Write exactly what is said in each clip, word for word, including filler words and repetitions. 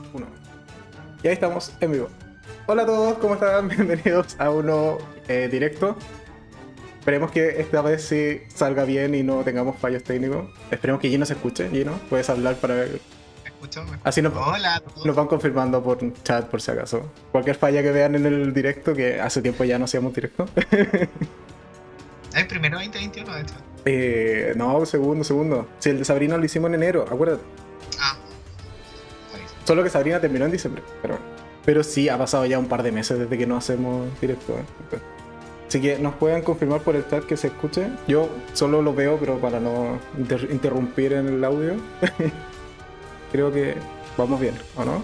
Uno. Y ahí estamos en vivo. Hola a todos, ¿cómo están? Bienvenidos a un nuevo eh, directo. Esperemos que esta vez sí salga bien y no tengamos fallos técnicos. Esperemos que Gino se escuche. Gino, puedes hablar para ver. ¿Me escucho? ¿Me Así nos, Hola a todos. nos van confirmando por chat por si acaso. Cualquier falla que vean en el directo, que hace tiempo ya no hacíamos directo. ¿El primero veinte veintiuno de hecho? eh, no, segundo, segundo. Si el de Sabrina lo hicimos en enero, acuérdate. Ah, buenísimo. Solo que Sabrina terminó en diciembre. Pero, pero sí, ha pasado ya un par de meses desde que no hacemos directo. ¿eh? Así que nos pueden confirmar por el chat que se escuche. Yo solo lo veo, pero para no inter interrumpir en el audio. Creo que vamos bien, ¿o no?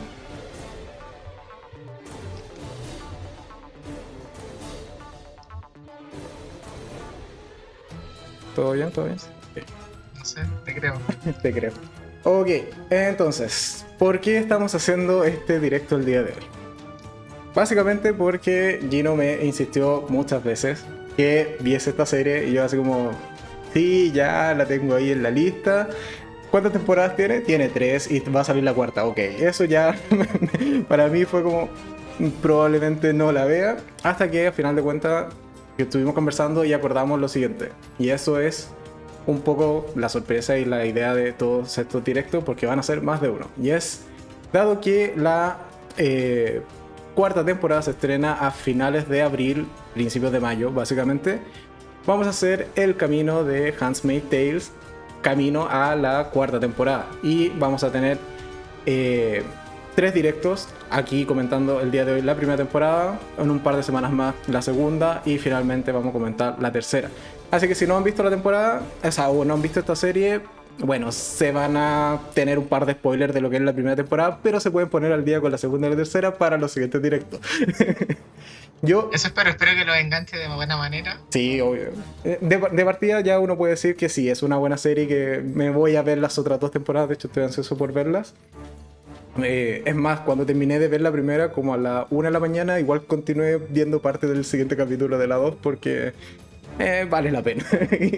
¿Todo bien? ¿Todo bien? Sí. No sé, te creo. Te creo. Ok, entonces, ¿por qué estamos haciendo este directo el día de hoy? Básicamente porque Gino me insistió muchas veces que viese esta serie y yo así como, sí, ya la tengo ahí en la lista. ¿Cuántas temporadas tiene? Tiene tres y va a salir la cuarta. Ok, eso ya para mí fue como, probablemente no la vea, hasta que al final de cuentas estuvimos conversando y acordamos lo siguiente. Y eso es un poco la sorpresa y la idea de todos estos directos, porque van a ser más de uno. Y es, dado que la... Eh, cuarta temporada se estrena a finales de abril, principios de mayo, básicamente. Vamos a hacer el camino de Handmaid's Tale, camino a la cuarta temporada. Y vamos a tener eh, tres directos aquí comentando el día de hoy la primera temporada, en un par de semanas más la segunda y finalmente vamos a comentar la tercera. Así que si no han visto la temporada, o sea, o no han visto esta serie, bueno, se van a tener un par de spoilers de lo que es la primera temporada, pero se pueden poner al día con la segunda y la tercera para los siguientes directos. Yo... Eso espero, espero que los enganche de buena manera. Sí, obvio. De, de partida ya uno puede decir que sí, es una buena serie, que me voy a ver las otras dos temporadas, de hecho estoy ansioso por verlas. Eh, es más, cuando terminé de ver la primera, como a la una de la mañana, igual continué viendo parte del siguiente capítulo de la dos porque... Eh, vale la pena.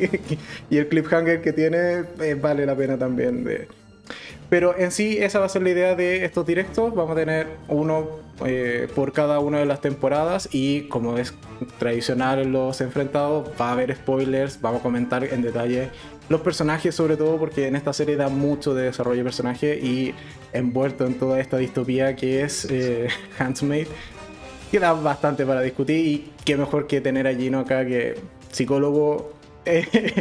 Y el cliffhanger que tiene eh, vale la pena también. De... Pero en sí, esa va a ser la idea de estos directos. Vamos a tener uno eh, por cada una de las temporadas. Y como es tradicional en los enfrentados, va a haber spoilers. Vamos a comentar en detalle los personajes, sobre todo porque en esta serie da mucho de desarrollo de personaje. Y envuelto en toda esta distopía que es eh, Handmaid, queda bastante para discutir. Y qué mejor que tener a Gino acá, que psicólogo, eh,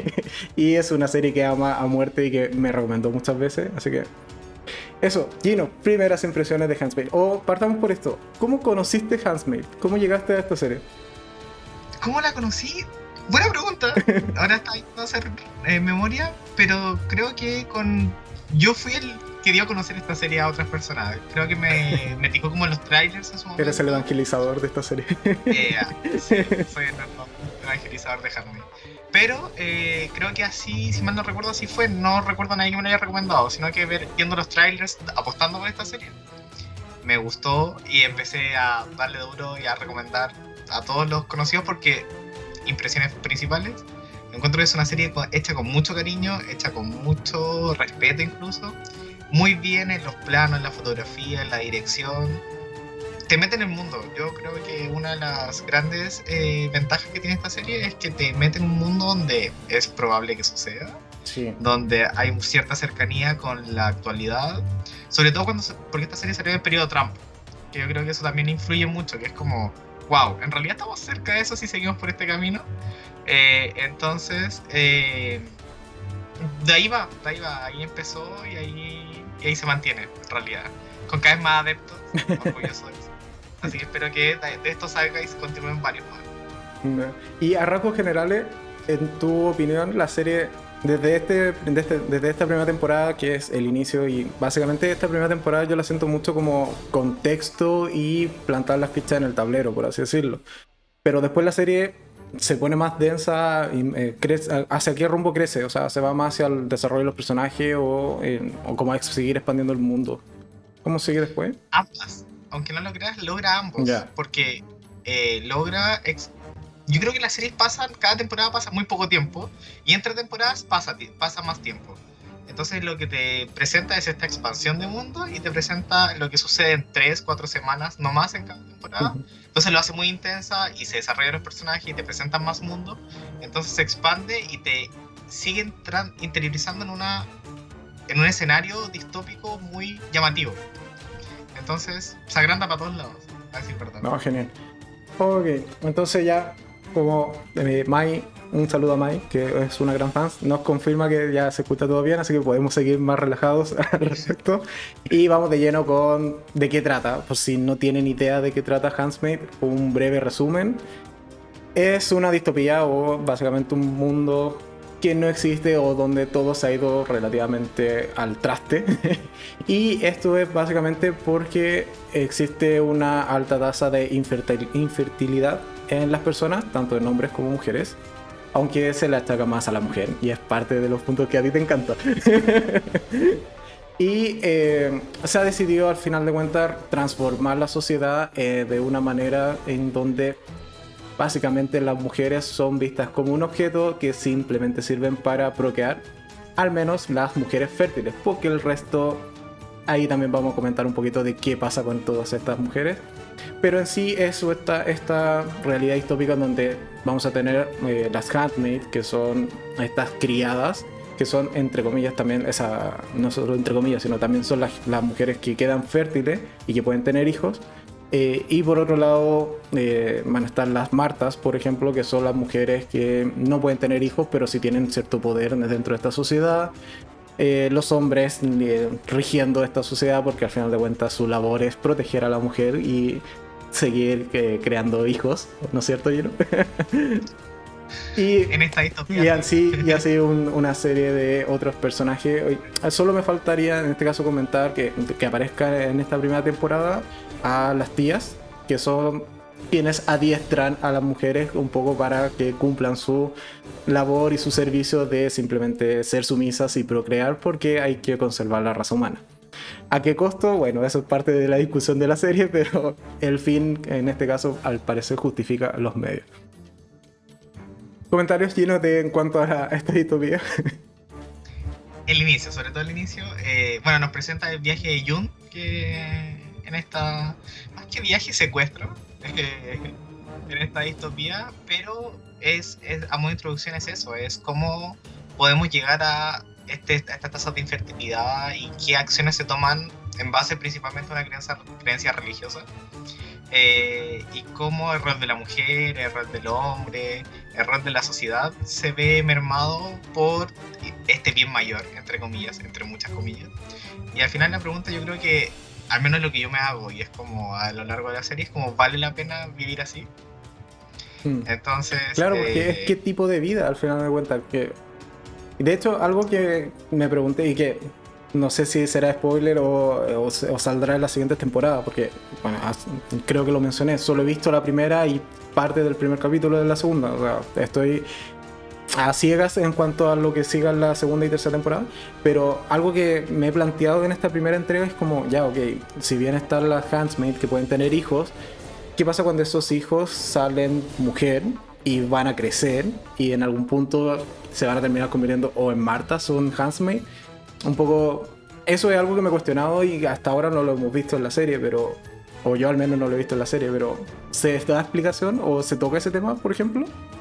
y es una serie que ama a muerte y que me recomendó muchas veces, así que eso. Gino, primeras impresiones de Handmaid, o partamos por esto, ¿cómo conociste Handmaid? ¿Cómo llegaste a esta serie? ¿Cómo la conocí? Buena pregunta. Ahora está intentando hacer eh, memoria, pero creo que con... Yo fui el que dio a conocer esta serie a otras personas. Creo que me, me ticó como en los trailers en su momento. Eres el evangelizador de esta serie. Eh, sí, soy el evangelizador de Handmaid. Pero eh, creo que así, si mal no recuerdo, así fue. No recuerdo a nadie que me lo haya recomendado, sino que ver, viendo los trailers, apostando por esta serie, me gustó y empecé a darle duro y a recomendar a todos los conocidos, porque impresiones principales, encuentro que es una serie hecha con mucho cariño, hecha con mucho respeto incluso, muy bien en los planos, en la fotografía, en la dirección. Te mete en el mundo. Yo creo que una de las grandes eh, ventajas que tiene esta serie es que te mete en un mundo donde es probable que suceda, Sí. donde hay cierta cercanía con la actualidad, sobre todo cuando se, porque esta serie salió en el periodo Trump, que yo creo que eso también influye mucho, que es como, wow, en realidad estamos cerca de eso si seguimos por este camino. Eh, entonces, eh, de ahí va, de ahí va, ahí empezó y ahí, y ahí se mantiene, en realidad, con cada vez más adeptos, orgulloso de eso. Así que espero que de esto salga y continúen varios más. Y a rasgos generales, en tu opinión, la serie, desde, este, desde, este, desde esta primera temporada, que es el inicio, y básicamente esta primera temporada yo la siento mucho como contexto y plantar las fichas en el tablero, por así decirlo. Pero después la serie se pone más densa y eh, crece, hacia qué rumbo crece, o sea, se va más hacia el desarrollo de los personajes o, eh, o como a seguir expandiendo el mundo. ¿Cómo sigue después? Ambas, aunque no lo creas, logra ambos, Yeah. porque eh, logra... Ex Yo creo que las series pasan, cada temporada pasa muy poco tiempo, y entre temporadas pasa, pasa más tiempo. Entonces lo que te presenta es esta expansión de mundo y te presenta lo que sucede en tres, cuatro semanas, no más en cada temporada. Ujú. Entonces lo hace muy intensa y se desarrollan los personajes y te presentan más mundo. Entonces se expande y te siguen tran- interiorizando en, una, en un escenario distópico muy llamativo. Entonces se agranda para todos lados, a decir verdad. No, genial. Ok, entonces ya, como eh, Mai, un saludo a Mai, que es una gran fan, nos confirma que ya se escucha todo bien, así que podemos seguir más relajados al respecto. Y vamos de lleno con de qué trata. Por si no tienen idea de qué trata Handmaid, un breve resumen. Es una distopía o básicamente un mundo que no existe o donde todo se ha ido relativamente al traste. Y esto es básicamente porque existe una alta tasa de infertil- infertilidad en las personas, tanto en hombres como mujeres, aunque se le achaca más a la mujer y es parte de los puntos que a ti te encanta. Y eh, se ha decidido al final de cuentas transformar la sociedad eh, de una manera en donde básicamente las mujeres son vistas como un objeto que simplemente sirven para procrear, al menos las mujeres fértiles, porque el resto, ahí también vamos a comentar un poquito de qué pasa con todas estas mujeres. Pero en sí es esta, esta realidad distópica en donde vamos a tener eh, las handmaids, que son estas criadas, que son entre comillas también, esa, no solo entre comillas, sino también son las, las mujeres que quedan fértiles y que pueden tener hijos. Eh, y por otro lado eh, van a estar las martas, por ejemplo, que son las mujeres que no pueden tener hijos, pero sí tienen cierto poder dentro de esta sociedad. Eh, los hombres eh, rigiendo esta sociedad, porque al final de cuentas su labor es proteger a la mujer y seguir eh, creando hijos, ¿no es cierto, Gino? y, En esta distopía. y así, y así un, una serie de otros personajes. Oye, solo me faltaría en este caso comentar que, que aparezca en esta primera temporada a las tías, que son quienes adiestran a las mujeres un poco para que cumplan su labor y su servicio de simplemente ser sumisas y procrear, porque hay que conservar la raza humana. ¿A qué costo? Bueno, eso es parte de la discusión de la serie, pero el fin, en este caso, al parecer justifica los medios. ¿Comentarios llenos de en cuanto a esta distopía? El inicio, sobre todo el inicio. Eh, bueno, nos presenta el viaje de Jun, que en esta, más que viaje, secuestro, eh, en esta distopía, pero es, es a modo de introducción es eso, es cómo podemos llegar a, este, a esta tasa de infertilidad y qué acciones se toman en base principalmente a una creencia, creencia religiosa. Eh, y cómo el rol de la mujer, el rol del hombre, el rol de la sociedad se ve mermado por este bien mayor, entre comillas, entre muchas comillas. Y al final la pregunta, yo creo que, al menos lo que yo me hago, y es como a lo largo de la serie, es como, ¿vale la pena vivir así? Hmm. Entonces... Claro, porque eh, es qué tipo de vida al final de cuentas. Que... De hecho, algo que me pregunté y que no sé si será spoiler o, o, o saldrá en la siguiente temporada, porque bueno, creo que lo mencioné, solo he visto la primera y parte del primer capítulo de la segunda. O sea, estoy a ciegas en cuanto a lo que siga en la segunda y tercera temporada, pero algo que me he planteado en esta primera entrega es como, ya, ok, si bien están las handmaids que pueden tener hijos, ¿qué pasa cuando esos hijos salen mujer y van a crecer y en algún punto se van a terminar convirtiendo o en martas o en handmaid? Un poco, eso es algo que me he cuestionado y hasta ahora no lo hemos visto en la serie, pero, o yo al menos no lo he visto en la serie, pero ¿se da explicación o se toca ese tema, por ejemplo?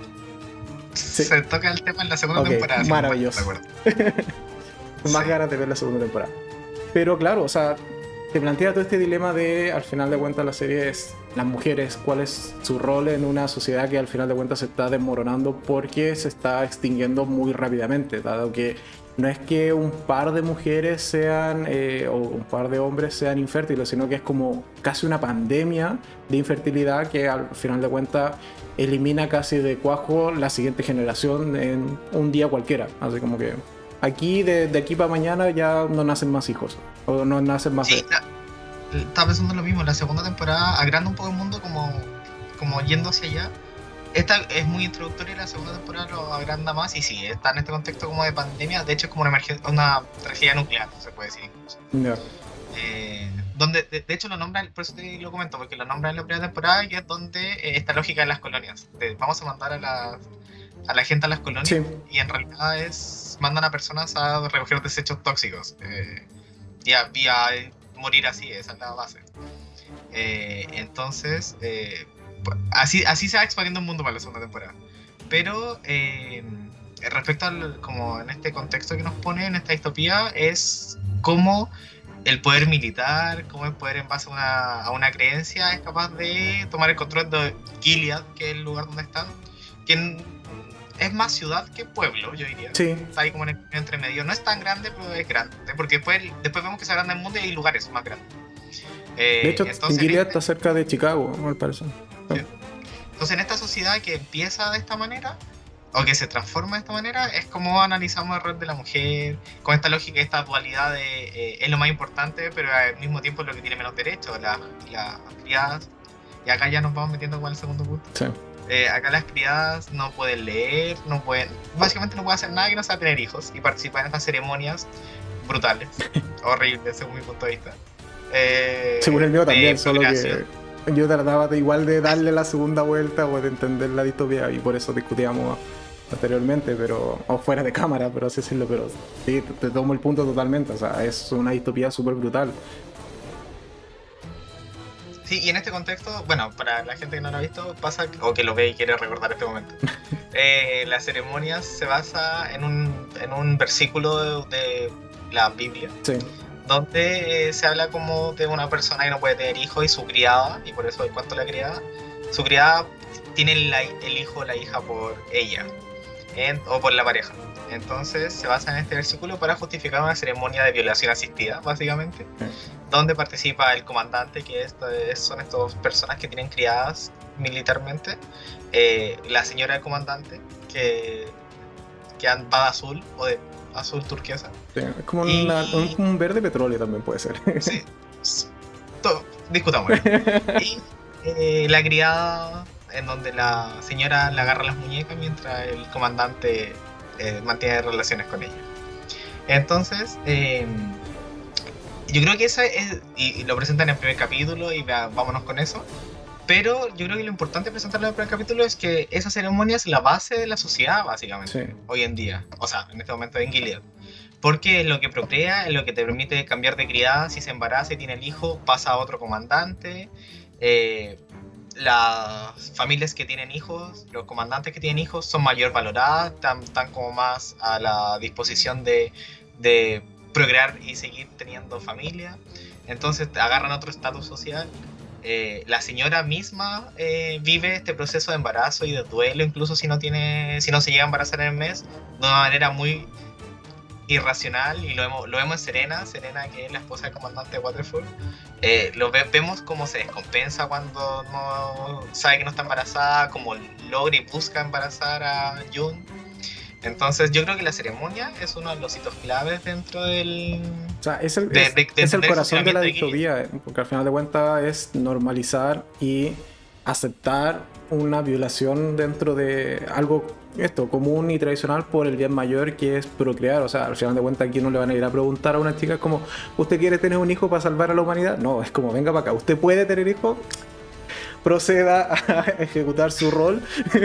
Sí. Se toca el tema en la segunda okay, temporada. Maravilloso. Si no Más sí. ganas de ver la segunda temporada. Pero claro, o sea, te plantea todo este dilema de, al final de cuentas, la serie es las mujeres, cuál es su rol en una sociedad que al final de cuentas se está desmoronando porque se está extinguiendo muy rápidamente, dado que no es que un par de mujeres sean, eh, o un par de hombres sean infértiles, sino que es como casi una pandemia de infertilidad que al final de cuentas elimina casi de cuajo la siguiente generación en un día cualquiera. Así como que aquí, de, de aquí para mañana, ya no nacen más hijos, o no nacen más... Sí, la, estaba pensando lo mismo, la segunda temporada agranda un poco el mundo como, como yendo hacia allá. Esta es muy introductoria y la segunda temporada lo agranda más y sí, está en este contexto como de pandemia, de hecho es como una, emergencia, una tragedia nuclear, se puede decir incluso. No. Eh, donde, de, de hecho lo nombra, por eso te lo comento, porque lo nombra en la primera temporada, que es donde eh, esta lógica de las colonias, de, vamos a mandar a las a la gente a las colonias, Sí. y en realidad es mandan a personas a recoger desechos tóxicos eh, y, a, y a morir así, esa es la base. Eh, entonces, eh, así, así se va expandiendo el mundo para la segunda temporada. Pero eh, respecto al, como en este contexto que nos pone en esta distopía, es cómo el poder militar, cómo el poder en base a una, a una creencia es capaz de tomar el control de Gilead, que es el lugar donde están, que es más ciudad que pueblo, yo diría. Sí. Está ahí como en el entre medio. No es tan grande, pero es grande, porque después, después vemos que se agranda el mundo y hay lugares más grandes. Eh, De hecho, entonces, Gilead este, está cerca de Chicago, al parecer. Sí. Entonces, en esta sociedad que empieza de esta manera, o que se transforma de esta manera, es como analizamos el rol de la mujer, con esta lógica, esta dualidad de eh, es lo más importante, pero al mismo tiempo es lo que tiene menos derechos, las las criadas. Y acá ya nos vamos metiendo con el segundo punto. Sí. Eh, acá las criadas no pueden leer, no pueden, básicamente no pueden hacer nada que no sea tener hijos y participar en estas ceremonias brutales, horribles según mi punto de vista. Eh, Según el mío de también, solo que procreación. yo trataba de igual de darle la segunda vuelta o de entender la distopía y por eso discutíamos anteriormente, pero o fuera de cámara, pero así decirlo, pero sí, te, te tomo el punto totalmente, o sea, es una distopía súper brutal. Sí, y en este contexto, bueno, para la gente que no lo ha visto, pasa, o que lo ve y quiere recordar este momento, eh, las ceremonias se basa en un, en un versículo de, de la Biblia, Sí, donde eh, se habla como de una persona que no puede tener hijos y su criada, y por eso el cuento de la criada, su criada tiene la- el hijo o la hija por ella, en- o por la pareja. Entonces se basa en este versículo para justificar una ceremonia de violación asistida, básicamente, Sí. donde participa el comandante, que esto es- son estas personas que tienen criadas militarmente, eh, la señora del comandante, que, que va de azul, o de azul turquesa. sí, es como Y- una- un, un verde petróleo también puede ser. Sí, s- to- discutamos. Y eh, la criada, en donde la señora le agarra las muñecas mientras el comandante eh, mantiene relaciones con ella. Entonces, eh, yo creo que esa es, y, y lo presentan en el primer capítulo y vea- vámonos con eso. Pero yo creo que lo importante de presentarlo en el primer capítulo es que esa ceremonia es la base de la sociedad, básicamente, Sí. hoy en día. O sea, en este momento en Gilead. Porque es lo que procrea, es lo que te permite cambiar de criada. Si se embaraza y tiene el hijo, pasa a otro comandante. Eh, las familias que tienen hijos, los comandantes que tienen hijos, son mayor valoradas, están, están como más a la disposición de, de procrear y seguir teniendo familia. Entonces agarran otro estatus social. Eh, la señora misma eh, vive este proceso de embarazo y de duelo, incluso si no tiene, si no se llega a embarazar en el mes, de una manera muy irracional, y lo vemos, lo vemos en Serena, Serena que es la esposa del comandante Waterford. Eh, lo ve- vemos cómo se descompensa cuando no sabe que no está embarazada, cómo logra y busca embarazar a June. Entonces yo creo que la ceremonia es uno de los hitos claves dentro del... O sea, es el, De- es, de- de es el entender el corazón de la funcionamiento de distopía, eh, porque al final de cuentas es normalizar y aceptar una violación dentro de algo esto común y tradicional por el bien mayor, que es procrear. O sea, al final de cuentas aquí no le van a ir a preguntar a una chica como, ¿usted quiere tener un hijo para salvar a la humanidad? No, es como, venga para acá, ¿usted puede tener hijo? Proceda a ejecutar su rol.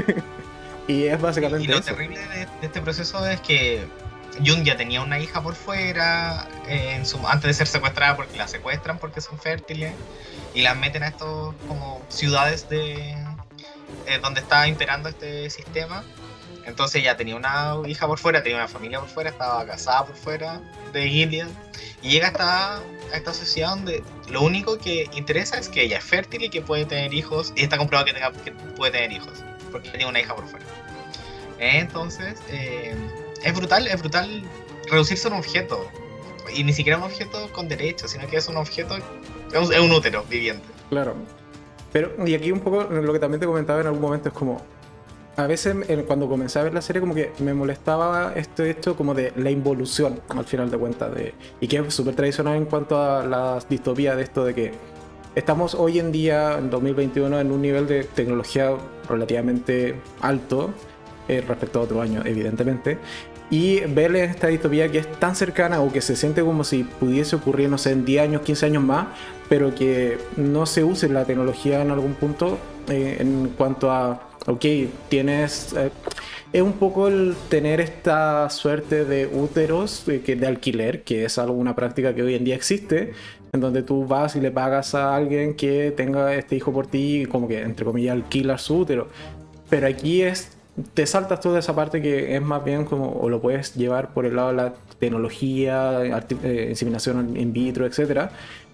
Y es básicamente Y lo eso. terrible de, de este proceso es que Jun ya tenía una hija por fuera, eh, en su, antes de ser secuestrada, porque la secuestran porque son fértiles y las meten a estos como ciudades de eh, donde está imperando este sistema. Entonces ya tenía una hija por fuera, tenía una familia por fuera, estaba casada por fuera de Gilead, y llega hasta a esta sociedad donde lo único que interesa es que ella es fértil y que puede tener hijos, y está comprobado que, tenga, que puede tener hijos porque tiene una hija por fuera. Entonces, eh, es brutal, es brutal reducirse a un objeto. Y ni siquiera un objeto con derechos, sino que es un objeto, es un, es un útero viviente. Claro. Pero, y aquí un poco lo que también te comentaba en algún momento es como, a veces en- cuando comencé a ver la serie como que me molestaba esto hecho como de la involución, al final de cuentas, de, y que es súper tradicional en cuanto a las distopías de esto de que estamos hoy en día, en dos mil veintiuno, en un nivel de tecnología relativamente alto, eh, respecto a otros años, evidentemente, y ver esta distopía que es tan cercana o que se siente como si pudiese ocurrir, no sé, en diez años, quince años más, pero que no se use la tecnología en algún punto eh, en cuanto a, ok, tienes... Eh, es un poco el tener esta suerte de úteros de, que, de alquiler, que es algo, una práctica que hoy en día existe, en donde tú vas y le pagas a alguien que tenga este hijo por ti y como que, entre comillas, alquilas su útero. Pero aquí es, te saltas toda esa parte que es más bien como, o lo puedes llevar por el lado de la tecnología, eh, inseminación in vitro, etcétera,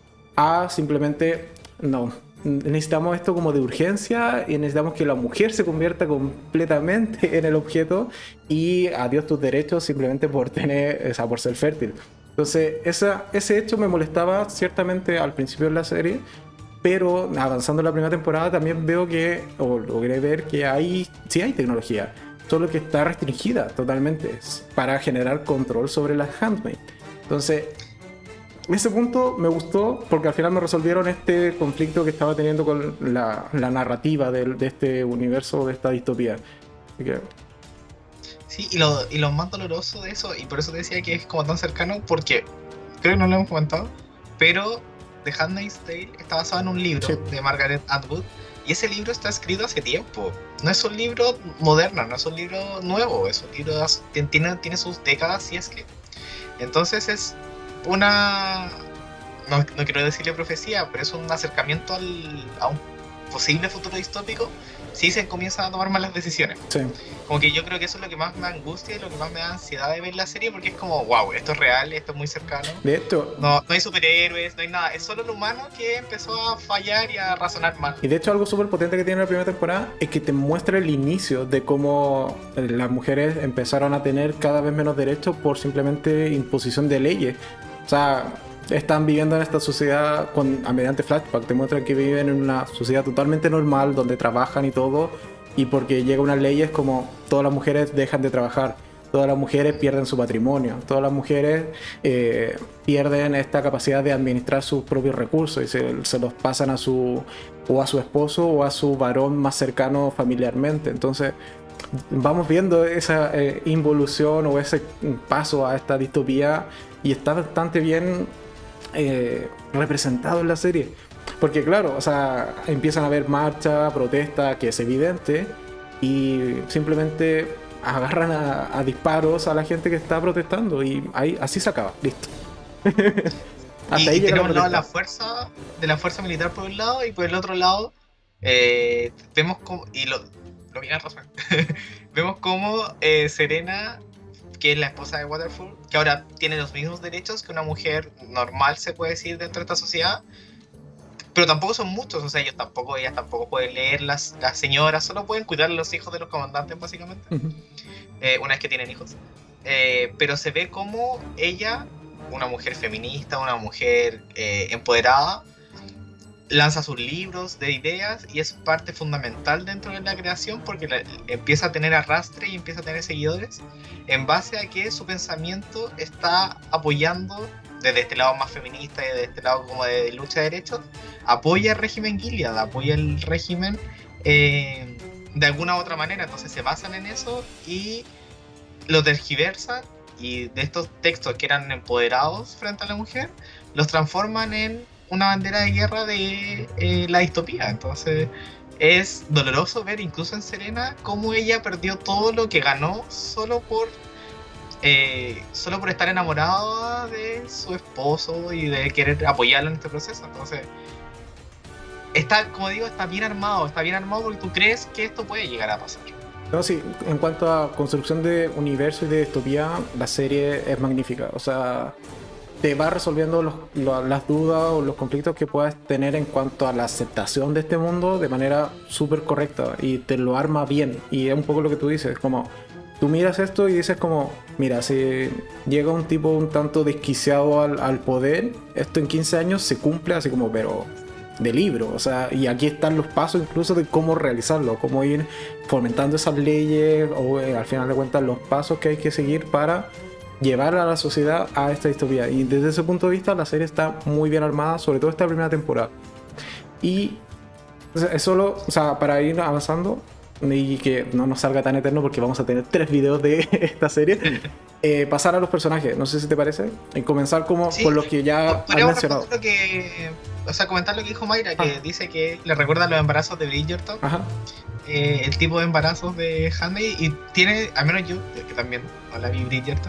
a simplemente, no, necesitamos esto como de urgencia y necesitamos que la mujer se convierta completamente en el objeto y adiós tus derechos simplemente por tener, o sea, por ser fértil. Entonces, esa, ese hecho me molestaba ciertamente al principio de la serie, pero avanzando en la primera temporada también veo que, o logré ver que hay, sí hay tecnología, solo que está restringida totalmente para generar control sobre las handmaid. Entonces, ese punto me gustó porque al final me resolvieron este conflicto que estaba teniendo con la, la narrativa de, de este universo, de esta distopía. Así que... Sí, y lo, y lo más doloroso de eso, y por eso te decía que es como tan cercano, porque creo que no lo hemos comentado, pero The Handmaid's Tale está basado en un libro, sí, de Margaret Atwood, y ese libro está escrito hace tiempo. No es un libro moderno, no es un libro nuevo, es un libro de, tiene, tiene sus décadas, si es que. Entonces es una... No, no quiero decirle profecía, pero es un acercamiento al, a un posible futuro distópico si se comienzan a tomar malas decisiones. Sí. Como que yo creo que eso es lo que más me angustia y lo que más me da ansiedad de ver la serie, porque es como, wow, esto es real, esto es muy cercano. De hecho, no, no hay superhéroes, no hay nada, es solo el humano que empezó a fallar y a razonar mal. Y de hecho algo súper potente que tiene la primera temporada es que te muestra el inicio de cómo las mujeres empezaron a tener cada vez menos derechos por simplemente imposición de leyes. O sea, están viviendo en esta sociedad con, a mediante flashback, te muestran que viven en una sociedad totalmente normal donde trabajan y todo, y porque llega una ley es como todas las mujeres dejan de trabajar, todas las mujeres pierden su patrimonio, todas las mujeres eh, pierden esta capacidad de administrar sus propios recursos y se, se los pasan a su o a su esposo o a su varón más cercano familiarmente. Entonces vamos viendo esa eh, involución o ese paso a esta distopía y está bastante bien Eh, representado en la serie, porque claro, o sea, empiezan a haber marcha, protesta, que es evidente, y simplemente agarran a, a disparos a la gente que está protestando y ahí así se acaba, listo. Hasta y, ahí y tenemos la, la fuerza de la fuerza militar por un lado y por el otro lado eh, vemos como, y lo, lo bien razón vemos como eh, Serena, que es la esposa de Waterfall, que ahora tiene los mismos derechos que una mujer normal, se puede decir, dentro de esta sociedad, pero tampoco son muchos, o sea, ellos tampoco, ellas tampoco pueden leer, las, las señoras solo pueden cuidar a los hijos de los comandantes, básicamente, uh-huh. eh, una vez que tienen hijos, eh, pero se ve como ella, una mujer feminista, una mujer eh, empoderada, lanza sus libros de ideas y es parte fundamental dentro de la creación porque la, empieza a tener arrastre y empieza a tener seguidores en base a que su pensamiento está apoyando, desde este lado más feminista y desde este lado como de lucha de derechos, apoya el régimen Gilead, apoya el régimen eh, de alguna u otra manera. Entonces se basan en eso y lo tergiversan, y de estos textos que eran empoderados frente a la mujer los transforman en una bandera de guerra de eh, la distopía. Entonces es doloroso ver incluso en Serena cómo ella perdió todo lo que ganó solo por eh, solo por estar enamorada de su esposo y de querer apoyarlo en este proceso. Entonces está, como digo, está bien armado, está bien armado porque tú crees que esto puede llegar a pasar. No, sí, en cuanto a construcción de universo y de distopía, la serie es magnífica. O sea, te va resolviendo los, los, las dudas o los conflictos que puedas tener en cuanto a la aceptación de este mundo de manera súper correcta y te lo arma bien. Y es un poco lo que tú dices, como tú miras esto y dices como, mira, si llega un tipo un tanto desquiciado al, al poder, esto en quince años se cumple así como, pero de libro. O sea, y aquí están los pasos incluso de cómo realizarlo, cómo ir fomentando esas leyes o eh, al final de cuentas los pasos que hay que seguir para llevar a la sociedad a esta distopía. Y desde ese punto de vista la serie está muy bien armada, sobre todo esta primera temporada. Y es solo, o sea, para ir avanzando, y que no nos salga tan eterno porque vamos a tener tres videos de esta serie, eh, pasar a los personajes, no sé si te parece, y comenzar como Sí, por los que ya has podríamos mencionado. responder lo que, o sea, comentar lo que dijo Mayra, que Ah. dice que le recuerda los embarazos de Bridgerton, Ajá, eh, el tipo de embarazos de Handmaid, y tiene, al menos yo, que también no la vi Bridgerton,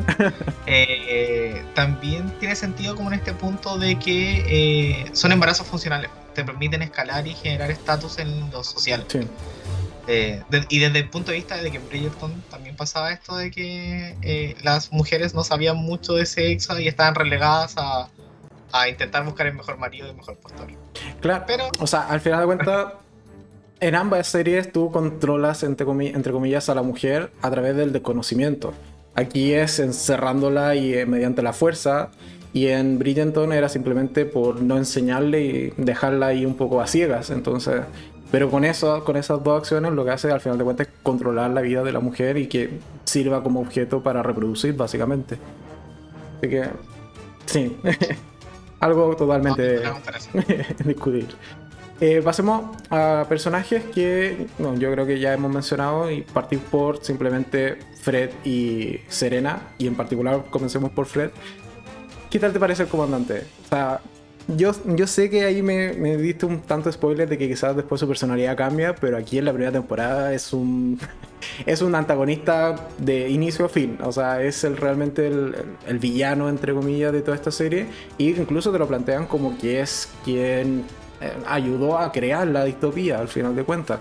eh, también tiene sentido como en este punto de que eh, son embarazos funcionales, te permiten escalar y generar estatus en lo social. sí. Eh, de- y desde el punto de vista de que en Bridgerton también pasaba esto de que eh, las mujeres no sabían mucho de sexo y estaban relegadas a, a intentar buscar el mejor marido y el mejor postor. Claro, Pero o sea, al final de cuentas, en ambas series tú controlas, entre, comi- entre comillas, a la mujer a través del desconocimiento. Aquí es encerrándola y eh, mediante la fuerza, y en Bridgerton era simplemente por no enseñarle y dejarla ahí un poco a ciegas. Entonces, pero con eso, con esas dos acciones, lo que hace al final de cuentas es controlar la vida de la mujer y que sirva como objeto para reproducir, básicamente. Así que, sí, algo no, totalmente la comparación. discutible. Eh, pasemos a personajes que no, yo creo que ya hemos mencionado y partir por simplemente Fred y Serena, y en particular comencemos por Fred. ¿Qué tal te parece el comandante? O sea, yo, yo sé que ahí me, me diste un tanto spoiler de que quizás después su personalidad cambia, pero aquí en la primera temporada es un es un antagonista de inicio a fin. O sea, es el, realmente el, el villano, entre comillas, de toda esta serie, y incluso te lo plantean como que es quien eh, ayudó a crear la distopía al final de cuentas.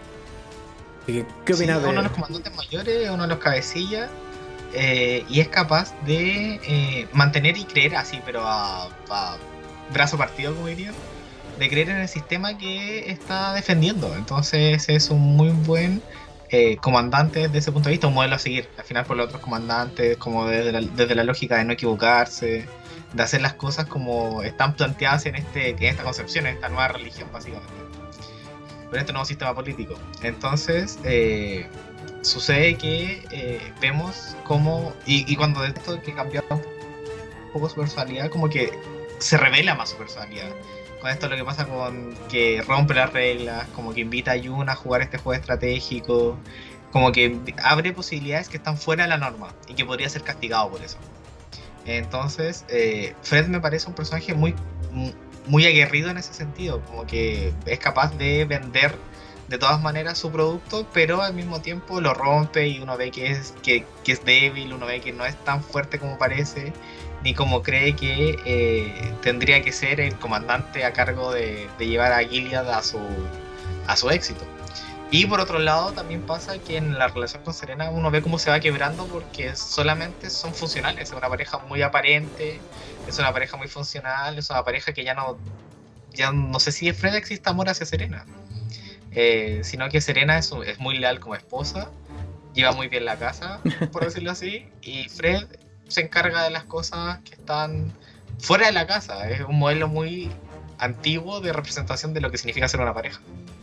¿Qué, qué Sí, opinas uno de de...? los comandantes mayores, uno de los cabecillas, eh, y es capaz de eh, mantener y creer así, pero a, a brazo partido, como dirían, de creer en el sistema que está defendiendo. Entonces es un muy buen eh, comandante desde ese punto de vista, un modelo a seguir. Al final por los otros comandantes, como desde la, desde la lógica de no equivocarse, de hacer las cosas como están planteadas en, este, en esta concepción, en esta nueva religión, básicamente. Pero en este nuevo sistema político. Entonces, eh, sucede que eh, vemos cómo, y, y cuando de esto que cambió un poco su personalidad, como que se revela más su personalidad. Con esto lo que pasa con que rompe las reglas, como que invita a Yuna a jugar este juego estratégico, como que abre posibilidades que están fuera de la norma y que podría ser castigado por eso. Entonces, eh, Fred me parece un personaje muy, muy aguerrido en ese sentido, como que es capaz de vender de todas maneras su producto, pero al mismo tiempo lo rompe y uno ve que es, que, que es débil, uno ve que no es tan fuerte como parece, ni como cree que eh, tendría que ser el comandante a cargo de, de llevar a Gilead a su, a su éxito. Y por otro lado también pasa que en la relación con Serena uno ve cómo se va quebrando porque solamente son funcionales, es una pareja muy aparente, es una pareja muy funcional, es una pareja que ya no, ya no sé si de Fred existe amor hacia Serena, eh, sino que Serena es, es muy leal como esposa, lleva muy bien la casa, por decirlo así, y Fred se encarga de las cosas que están fuera de la casa, es un modelo muy antiguo de representación de lo que significa ser una pareja.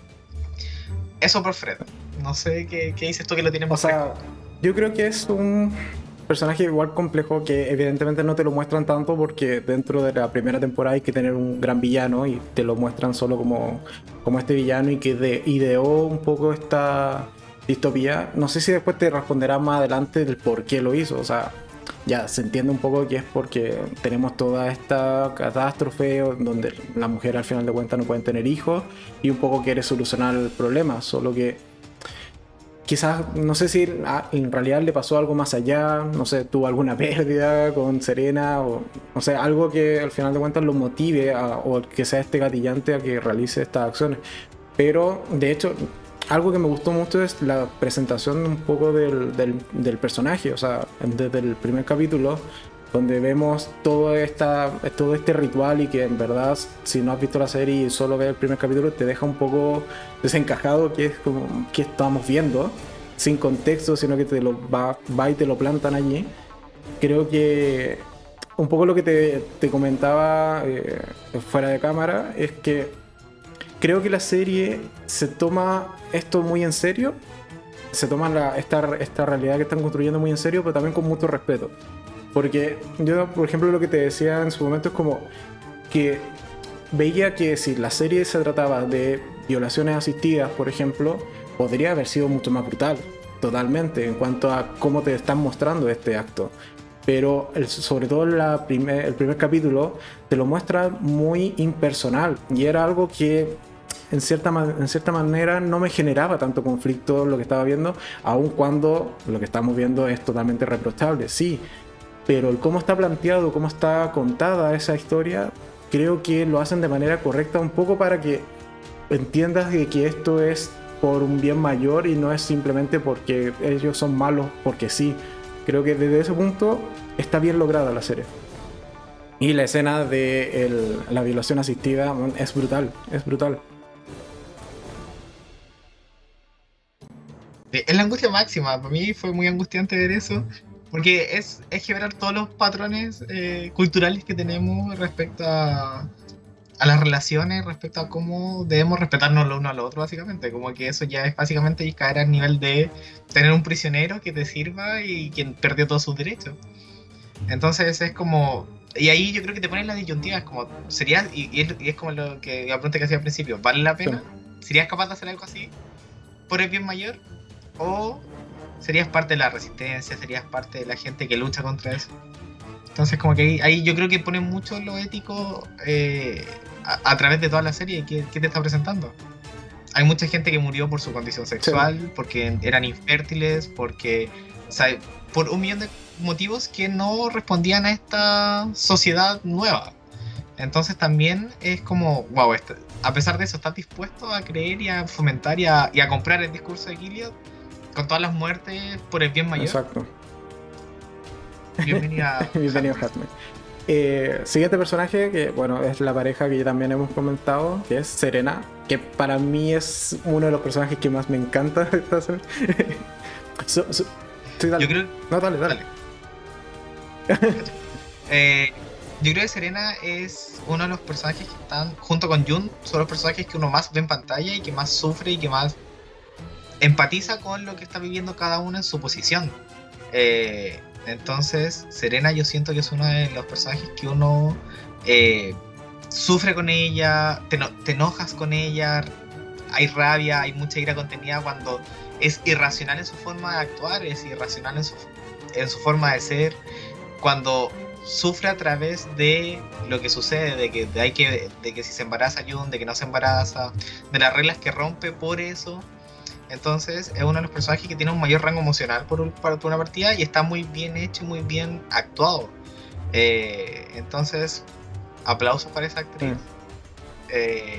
Eso por Fred. No sé qué, qué dices tú que lo tienes O más sea, fresco. yo creo que es un personaje igual complejo que evidentemente no te lo muestran tanto porque dentro de la primera temporada hay que tener un gran villano y te lo muestran solo como, como este villano y que de, ideó un poco esta distopía. No sé si después te responderá más adelante del por qué lo hizo. O sea, ya se entiende un poco que es porque tenemos toda esta catástrofe donde la mujer al final de cuentas no pueden tener hijos y un poco quiere solucionar el problema, solo que quizás, no sé si ah, en realidad le pasó algo más allá, no sé, tuvo alguna pérdida con Serena o no sé, algo que al final de cuentas lo motive a, o que sea este gatillante a que realice estas acciones. Pero de hecho, algo que me gustó mucho es la presentación un poco del, del, del personaje, o sea, desde el primer capítulo, donde vemos todo, esta, todo este ritual y que en verdad, si no has visto la serie y solo ves el primer capítulo, te deja un poco desencajado, que es como que estamos viendo, sin contexto, sino que te lo va, va y te lo plantan allí. Creo que un poco lo que te, te comentaba eh, fuera de cámara es que creo que la serie se toma esto muy en serio, se toma la, esta, esta realidad que están construyendo muy en serio, pero también con mucho respeto. Porque yo, por ejemplo, lo que te decía en su momento es como que veía que si la serie se trataba de violaciones asistidas, por ejemplo, podría haber sido mucho más brutal, totalmente, en cuanto a cómo te están mostrando este acto. Pero el, sobre todo la primer, el primer capítulo te lo muestra muy impersonal, y era algo que en cierta, en cierta manera no me generaba tanto conflicto lo que estaba viendo, aun cuando lo que estamos viendo es totalmente reprochable, sí, pero el cómo está planteado, cómo está contada esa historia, creo que lo hacen de manera correcta, un poco para que entiendas de que esto es por un bien mayor y no es simplemente porque ellos son malos porque sí. Creo que desde ese punto está bien lograda la serie. Y la escena de el, la violación asistida es brutal, es brutal. Es la angustia máxima. Para mí fue muy angustiante ver eso, porque es, es quebrar todos los patrones eh, culturales que tenemos respecto a, a las relaciones, respecto a cómo debemos respetarnos lo uno al otro, básicamente. Como que eso ya es básicamente caer al nivel de tener un prisionero que te sirva y quien perdió todos sus derechos. Entonces es como... Y ahí yo creo que te pones la disyuntiva, es como... ¿Serías? Y, y, es, y es como lo que la pregunta que hacía al principio, ¿vale la pena? Sí. ¿Serías capaz de hacer algo así por el bien mayor? ¿O serías parte de la resistencia, serías parte de la gente que lucha contra eso? Entonces como que ahí, ahí yo creo que pone mucho lo ético eh, a, a través de toda la serie que, que te está presentando. Hay mucha gente que murió por su condición sexual, sí, porque eran infértiles, porque, o sea, por un millón de motivos que no respondían a esta sociedad nueva. Entonces también es como, wow, este, a pesar de eso, estás dispuesto a creer y a fomentar y a, y a comprar el discurso de Gilead con todas las muertes por el bien mayor. Exacto. Bienvenida. Bienvenido, Hatman. Eh, siguiente personaje, que bueno, es la pareja que ya también hemos comentado, que es Serena, que para mí es uno de los personajes que más me encanta de esta serie. so, so, sí, dale. Yo creo... No, dale, dale. dale. eh, yo creo que Serena es uno de los personajes que están, junto con Jun, son los personajes que uno más ve en pantalla y que más sufre y que más empatiza con lo que está viviendo cada uno en su posición. Eh, entonces, Serena yo siento que es uno de los personajes que uno eh, sufre con ella, te, no, te enojas con ella, hay rabia, hay mucha ira contenida cuando es irracional en su forma de actuar, es irracional en su, en su forma de ser, cuando sufre a través de lo que sucede, de que, de, hay que, de que si se embaraza Jun, de que no se embaraza, de las reglas que rompe por eso. Entonces es uno de los personajes que tiene un mayor rango emocional por, por, por una partida y está muy bien hecho y muy bien actuado. Eh, entonces, aplausos para esa actriz. Sí. Eh,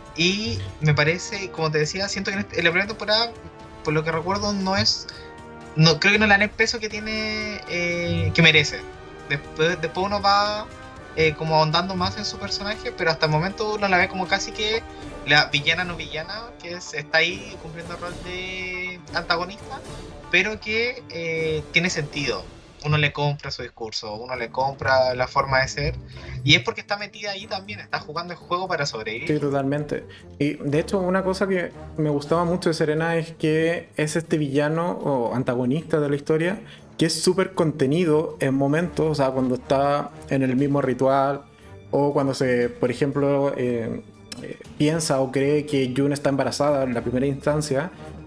y me parece, como te decía, siento que en, este, en la primera temporada, por lo que recuerdo, no es... no creo que no le dan el peso que tiene, eh, que merece. Después, después uno va eh, como ahondando más en su personaje, pero hasta el momento uno la ve como casi que la villana no villana, que es, está ahí cumpliendo el rol de antagonista, pero que eh, tiene sentido. Uno le compra su discurso, uno le compra la forma de ser, y es porque está metida ahí también, está jugando el juego para sobrevivir. Sí, totalmente. Y de hecho, una cosa que me gustaba mucho de Serena es que es este villano o antagonista de la historia que es súper contenido en momentos, o sea, cuando está en el mismo ritual, o cuando se, por ejemplo, eh, eh, piensa o cree que Jun está embarazada en la primera instancia,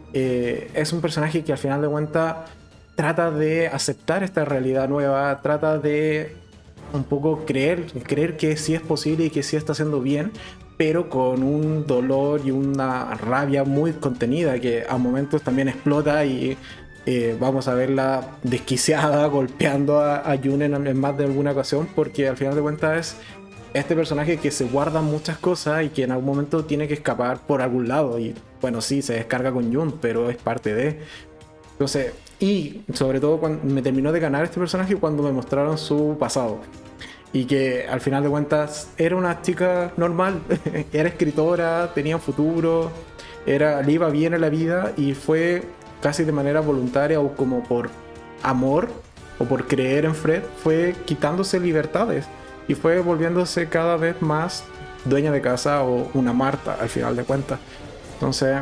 eh, es un personaje que al final de cuentas trata de aceptar esta realidad nueva, trata de un poco creer, creer que sí es posible y que sí está haciendo bien, pero con un dolor y una rabia muy contenida que a momentos también explota y eh, vamos a verla desquiciada golpeando a, a Jun en, en más de alguna ocasión, porque al final de cuentas es este personaje que se guarda muchas cosas y que en algún momento tiene que escapar por algún lado, y bueno, sí, se descarga con Jun, pero es parte de... Entonces, y sobre todo cuando me terminó de ganar este personaje cuando me mostraron su pasado y que al final de cuentas era una chica normal, era escritora, tenía un futuro, era, le iba bien en la vida, y fue casi de manera voluntaria o como por amor o por creer en Fred, fue quitándose libertades y fue volviéndose cada vez más dueña de casa o una Marta al final de cuentas. Entonces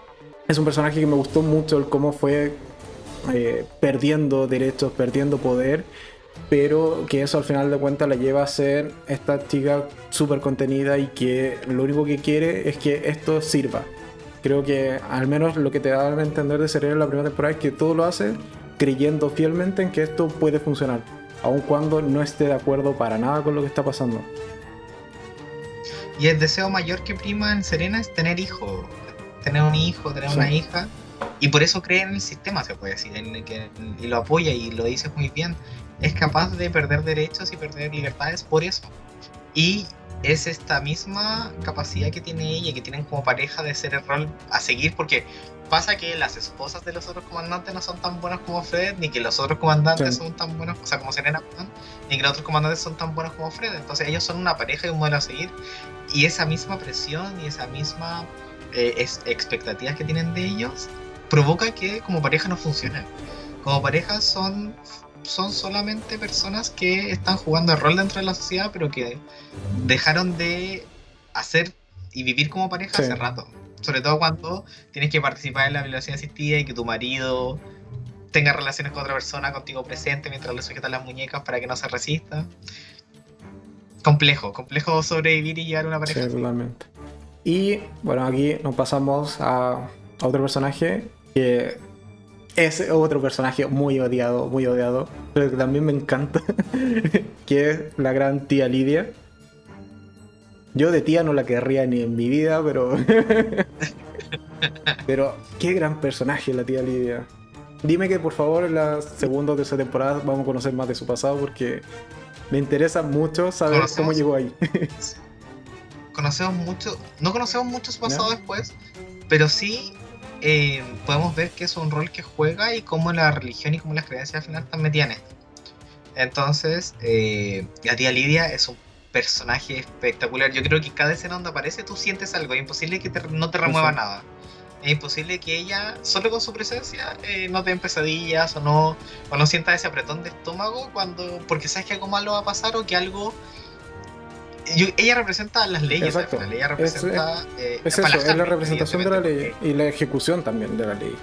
es un personaje que me gustó mucho el cómo fue eh, perdiendo derechos, perdiendo poder, pero que eso al final de cuentas la lleva a ser esta chica súper contenida y que lo único que quiere es que esto sirva, Creo que al menos lo que te da a entender de Serena en la primera temporada es que todo lo hace creyendo fielmente en que esto puede funcionar, aun cuando no esté de acuerdo para nada con lo que está pasando. Y el deseo mayor que prima en Serena es tener hijos, tener un hijo, tener sí. una hija, y por eso cree en el sistema, se puede decir, en el que, y lo apoya, y lo dices muy bien. Es capaz de perder derechos y perder libertades por eso. Y es esta misma capacidad que tiene ella, que tienen como pareja, de ser el rol a seguir, porque pasa que las esposas de los otros comandantes no son tan buenas como Fred, ni que los otros comandantes sí. son tan buenos, o sea, como Serena, ni que los otros comandantes son tan buenos como Fred. Entonces ellos son una pareja y un modelo a seguir, y esa misma presión y esa misma eh, es, expectativas que tienen de ellos provoca que como pareja no funcionen. Como pareja son... son solamente personas que están jugando el rol dentro de la sociedad, pero que dejaron de hacer y vivir como pareja sí. hace rato. Sobre todo cuando tienes que participar en la violación asistida y que tu marido tenga relaciones con otra persona contigo presente mientras le sujetas las muñecas para que no se resista. Complejo, complejo sobrevivir y llevar una pareja. Sí, totalmente. Y bueno, aquí nos pasamos a, a otro personaje que es otro personaje muy odiado, muy odiado, pero que también me encanta, que es la gran tía Lidia. Yo de tía no la querría ni en mi vida, pero... pero qué gran personaje la tía Lidia. Dime que por favor en la segunda o tercera temporada vamos a conocer más de su pasado, porque me interesa mucho saber ¿Conocemos? cómo llegó ahí. Conocemos mucho, no conocemos mucho su pasado ¿No? después, pero sí... Eh, podemos ver que es un rol que juega y cómo la religión y cómo las creencias al final están metidas en esto. Entonces, eh, la tía Lidia es un personaje espectacular. Yo creo que cada escena donde aparece tú sientes algo. Es imposible que te, no te remueva sí. nada. Es imposible que ella, solo con su presencia, eh, no te den pesadillas o no, o no sientas ese apretón de estómago cuando, porque sabes que algo malo va a pasar o que algo... Yo, ella representa las leyes. Exacto. Al final. Ella representa. Es, eh, es eso, es la representación de la ley y la ejecución también de la ley.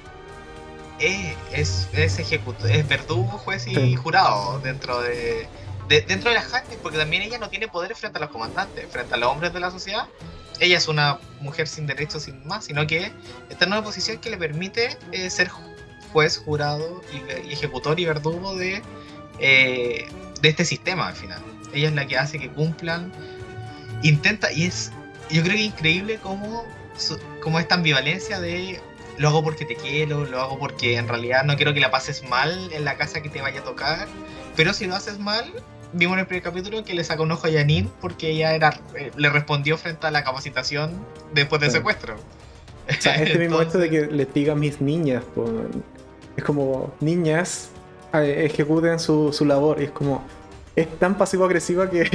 Eh, es, es ejecuto, es verdugo, juez y sí. jurado dentro de, de dentro de las Harkness, porque también ella no tiene poder frente a los comandantes, frente a los hombres de la sociedad. Ella es una mujer sin derechos, sin más, sino que está en una posición que le permite eh, ser juez, jurado y, y ejecutor y verdugo de, eh, de este sistema al final. Ella es la que hace que cumplan, intenta, y es, yo creo que es increíble cómo, cómo esta ambivalencia de lo hago porque te quiero, lo hago porque en realidad no quiero que la pases mal en la casa que te vaya a tocar, pero si lo haces mal, vimos en el primer capítulo que le saca un ojo a Janine porque ella era, eh, le respondió frente a la capacitación después del sí. secuestro. O sea, este Entonces... mismo hecho de que les diga mis niñas, pues, es como, niñas, eh, ejecuten su, su labor, y es como... es tan pasivo-agresiva que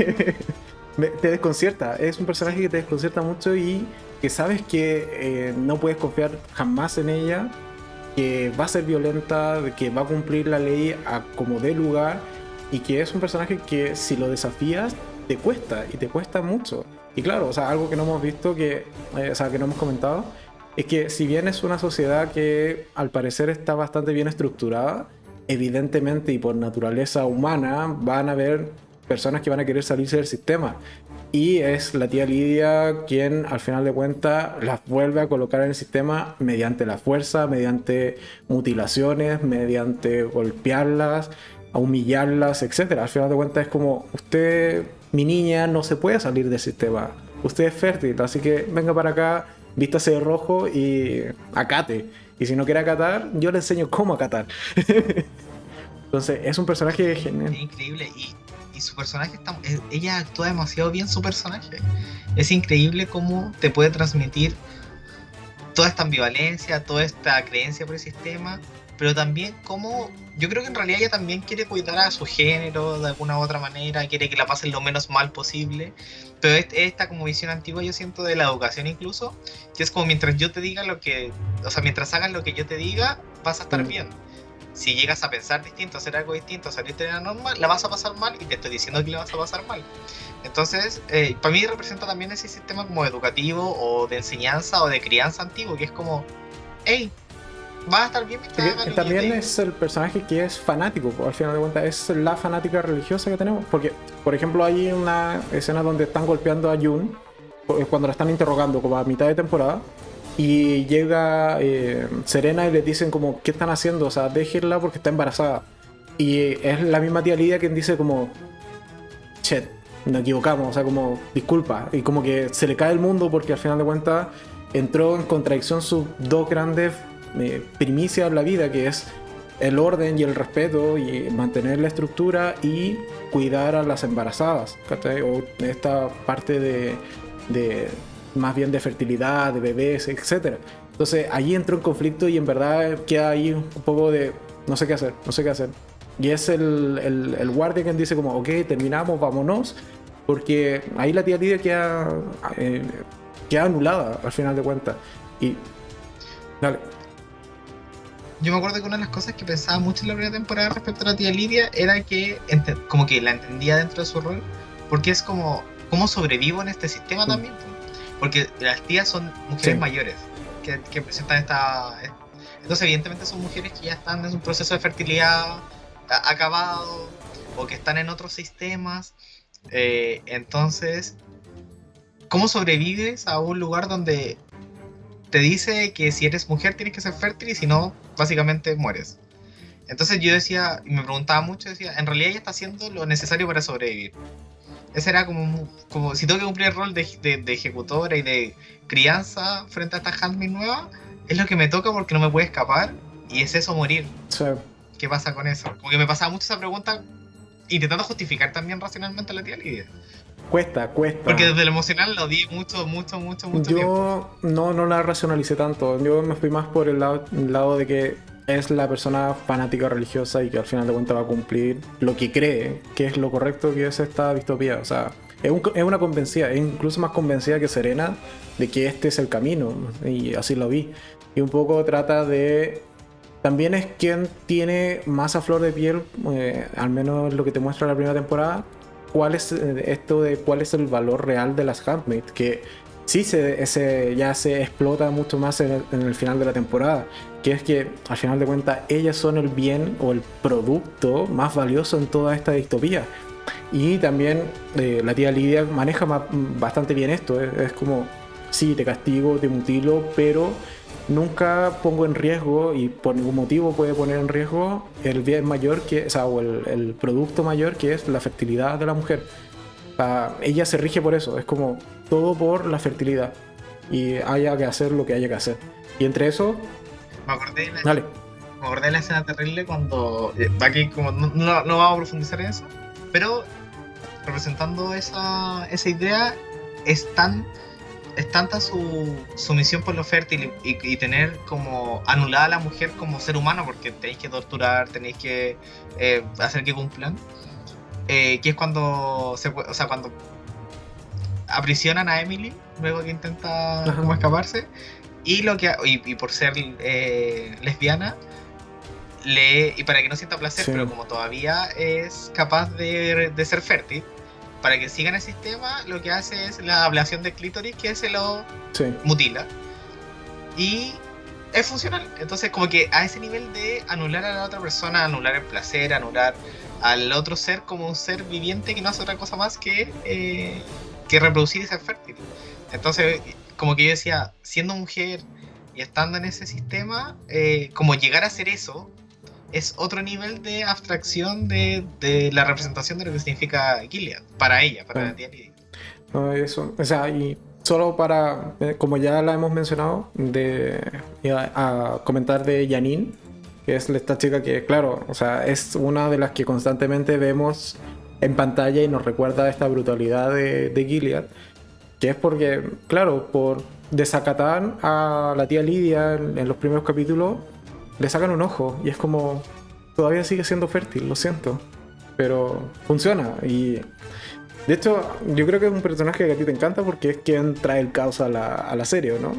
te desconcierta. Es un personaje que te desconcierta mucho y que sabes que eh, no puedes confiar jamás en ella, que va a ser violenta, que va a cumplir la ley a como dé lugar, y que es un personaje que si lo desafías te cuesta, y te cuesta mucho. Y claro, o sea, algo que no hemos visto, que, eh, o sea, que no hemos comentado, es que si bien es una sociedad que al parecer está bastante bien estructurada, evidentemente y por naturaleza humana van a haber personas que van a querer salirse del sistema, y es la tía Lidia quien al final de cuentas las vuelve a colocar en el sistema mediante la fuerza, mediante mutilaciones, mediante golpearlas, a humillarlas, etcétera. Al final de cuentas es como, usted, mi niña, no se puede salir del sistema, usted es fértil, así que venga para acá, vístase de rojo y acate. Y si no quiere acatar, yo le enseño cómo acatar. Entonces, es un personaje genial. Es increíble. Y, y su personaje, está, ella actúa demasiado bien su personaje. Es increíble cómo te puede transmitir toda esta ambivalencia, toda esta creencia por el sistema, pero también cómo... Yo creo que en realidad ella también quiere cuidar a su género de alguna u otra manera, quiere que la pasen lo menos mal posible, pero esta como visión antigua yo siento de la educación incluso, que es como mientras yo te diga lo que, o sea, mientras hagas lo que yo te diga, vas a estar mm. bien. Si llegas a pensar distinto, a hacer algo distinto, a salirte de la norma, la vas a pasar mal y te estoy diciendo que la vas a pasar mal. Entonces, eh, para mí representa también ese sistema como educativo o de enseñanza o de crianza antiguo, que es como, hey, vas a estar bien. También es el personaje que es fanático, al final de cuentas es la fanática religiosa que tenemos, porque por ejemplo hay una escena donde están golpeando a June cuando la están interrogando como a mitad de temporada, Y llega eh, Serena y les dicen como, ¿qué están haciendo? O sea, déjenla porque está embarazada. Y es la misma tía Lidia quien dice como, chet, nos equivocamos, o sea, como, disculpa. Y como que se le cae el mundo porque al final de cuentas entró en contradicción sus dos grandes eh, primicias en la vida, que es el orden y el respeto y mantener la estructura y cuidar a las embarazadas, ¿cachai? O esta parte de, de más bien de fertilidad, de bebés, etcétera. Entonces allí entró en conflicto y en verdad queda ahí un poco de no sé qué hacer, no sé qué hacer. Y es el, el, el guardia quien dice como, ok, terminamos, vámonos, porque ahí la tía Lidia queda, eh, queda anulada al final de cuentas. Y dale. Yo me acuerdo que una de las cosas que pensaba mucho en la primera temporada respecto a la tía Lidia era que ente- como que la entendía dentro de su rol, porque es como, ¿cómo sobrevivo en este sistema Mm. también? Porque las tías son mujeres Sí. mayores que, que presentan esta... Entonces evidentemente son mujeres que ya están en un proceso de fertilidad a- acabado o que están en otros sistemas. Eh, entonces, ¿cómo sobrevives a un lugar donde te dice que si eres mujer tienes que ser fértil y si no, básicamente mueres? Entonces yo decía, y me preguntaba mucho, decía, en realidad ella está haciendo lo necesario para sobrevivir. Ese era como, como si tengo que cumplir el rol de, de, de ejecutora y de crianza frente a esta handmaid nueva, es lo que me toca porque no me puede escapar y es eso, morir. Sí. ¿Qué pasa con eso? Como que me pasaba mucho esa pregunta intentando justificar también racionalmente a la tía Lidia. Cuesta, cuesta. Porque desde lo emocional lo odié mucho, mucho, mucho, mucho Yo tiempo. no, no la racionalicé tanto. Yo me fui más por el lado, el lado de que es la persona fanática religiosa y que al final de cuentas va a cumplir lo que cree que es lo correcto, que es esta distopía. O sea, es, un- es una convencida, es incluso más convencida que Serena de que este es el camino. Y así lo vi. Y un poco trata de... También es quien tiene más a flor de piel, eh, al menos lo que te muestra la primera temporada, cuál es eh, esto de cuál es el valor real de las handmaids, que sí se, se- ya se explota mucho más en el, en el final de la temporada, que es que al final de cuentas ellas son el bien o el producto más valioso en toda esta distopía. Y también eh, la tía Lidia maneja ma- bastante bien esto, es, es como, sí, te castigo, te mutilo, pero nunca pongo en riesgo, y por ningún motivo puede poner en riesgo el bien mayor, que, o sea, o el, el producto mayor, que es la fertilidad de la mujer. Uh, ella se rige por eso, es como todo por la fertilidad y haya que hacer lo que haya que hacer. Y entre eso, Me acordé de la, dale. me acordé de la escena terrible cuando... eh, Aquí como no, no, no vamos a profundizar en eso, pero representando esa, esa idea, es tan... es tanta su, su misión por lo fértil y, y, y tener como anulada a la mujer como ser humano, porque tenéis que torturar, tenéis que eh, hacer que cumplan, eh, que es cuando se, o sea, cuando aprisionan a Emily luego que intenta Ajá. como escaparse, y lo que y, y por ser eh, lesbiana le, y para que no sienta placer, Sí. pero como todavía es capaz de, de ser fértil, para que sigan el sistema, lo que hace es la ablación de clítoris, que se lo Sí. mutila. Y es funcional. Entonces, como que a ese nivel de anular a la otra persona, anular el placer, anular al otro ser como un ser viviente que no hace otra cosa más que, eh, que reproducir y ser fértil. Entonces, como que yo decía, siendo mujer y estando en ese sistema, eh, como llegar a hacer eso es otro nivel de abstracción de, de la representación de lo que significa Gilead para ella, para Sí. la tía Lidia. No, eso, o sea, y solo para, eh, como ya la hemos mencionado, de a, a comentar de Janine, que es esta chica que, claro, o sea, es una de las que constantemente vemos en pantalla y nos recuerda esta brutalidad de, de Gilead, que es porque, claro, por desacatar a la tía Lidia en, en los primeros capítulos, le sacan un ojo y es como, todavía sigue siendo fértil, lo siento, pero funciona. Y de hecho, yo creo que es un personaje que a ti te encanta porque es quien trae el caos a la, a la serie, ¿no?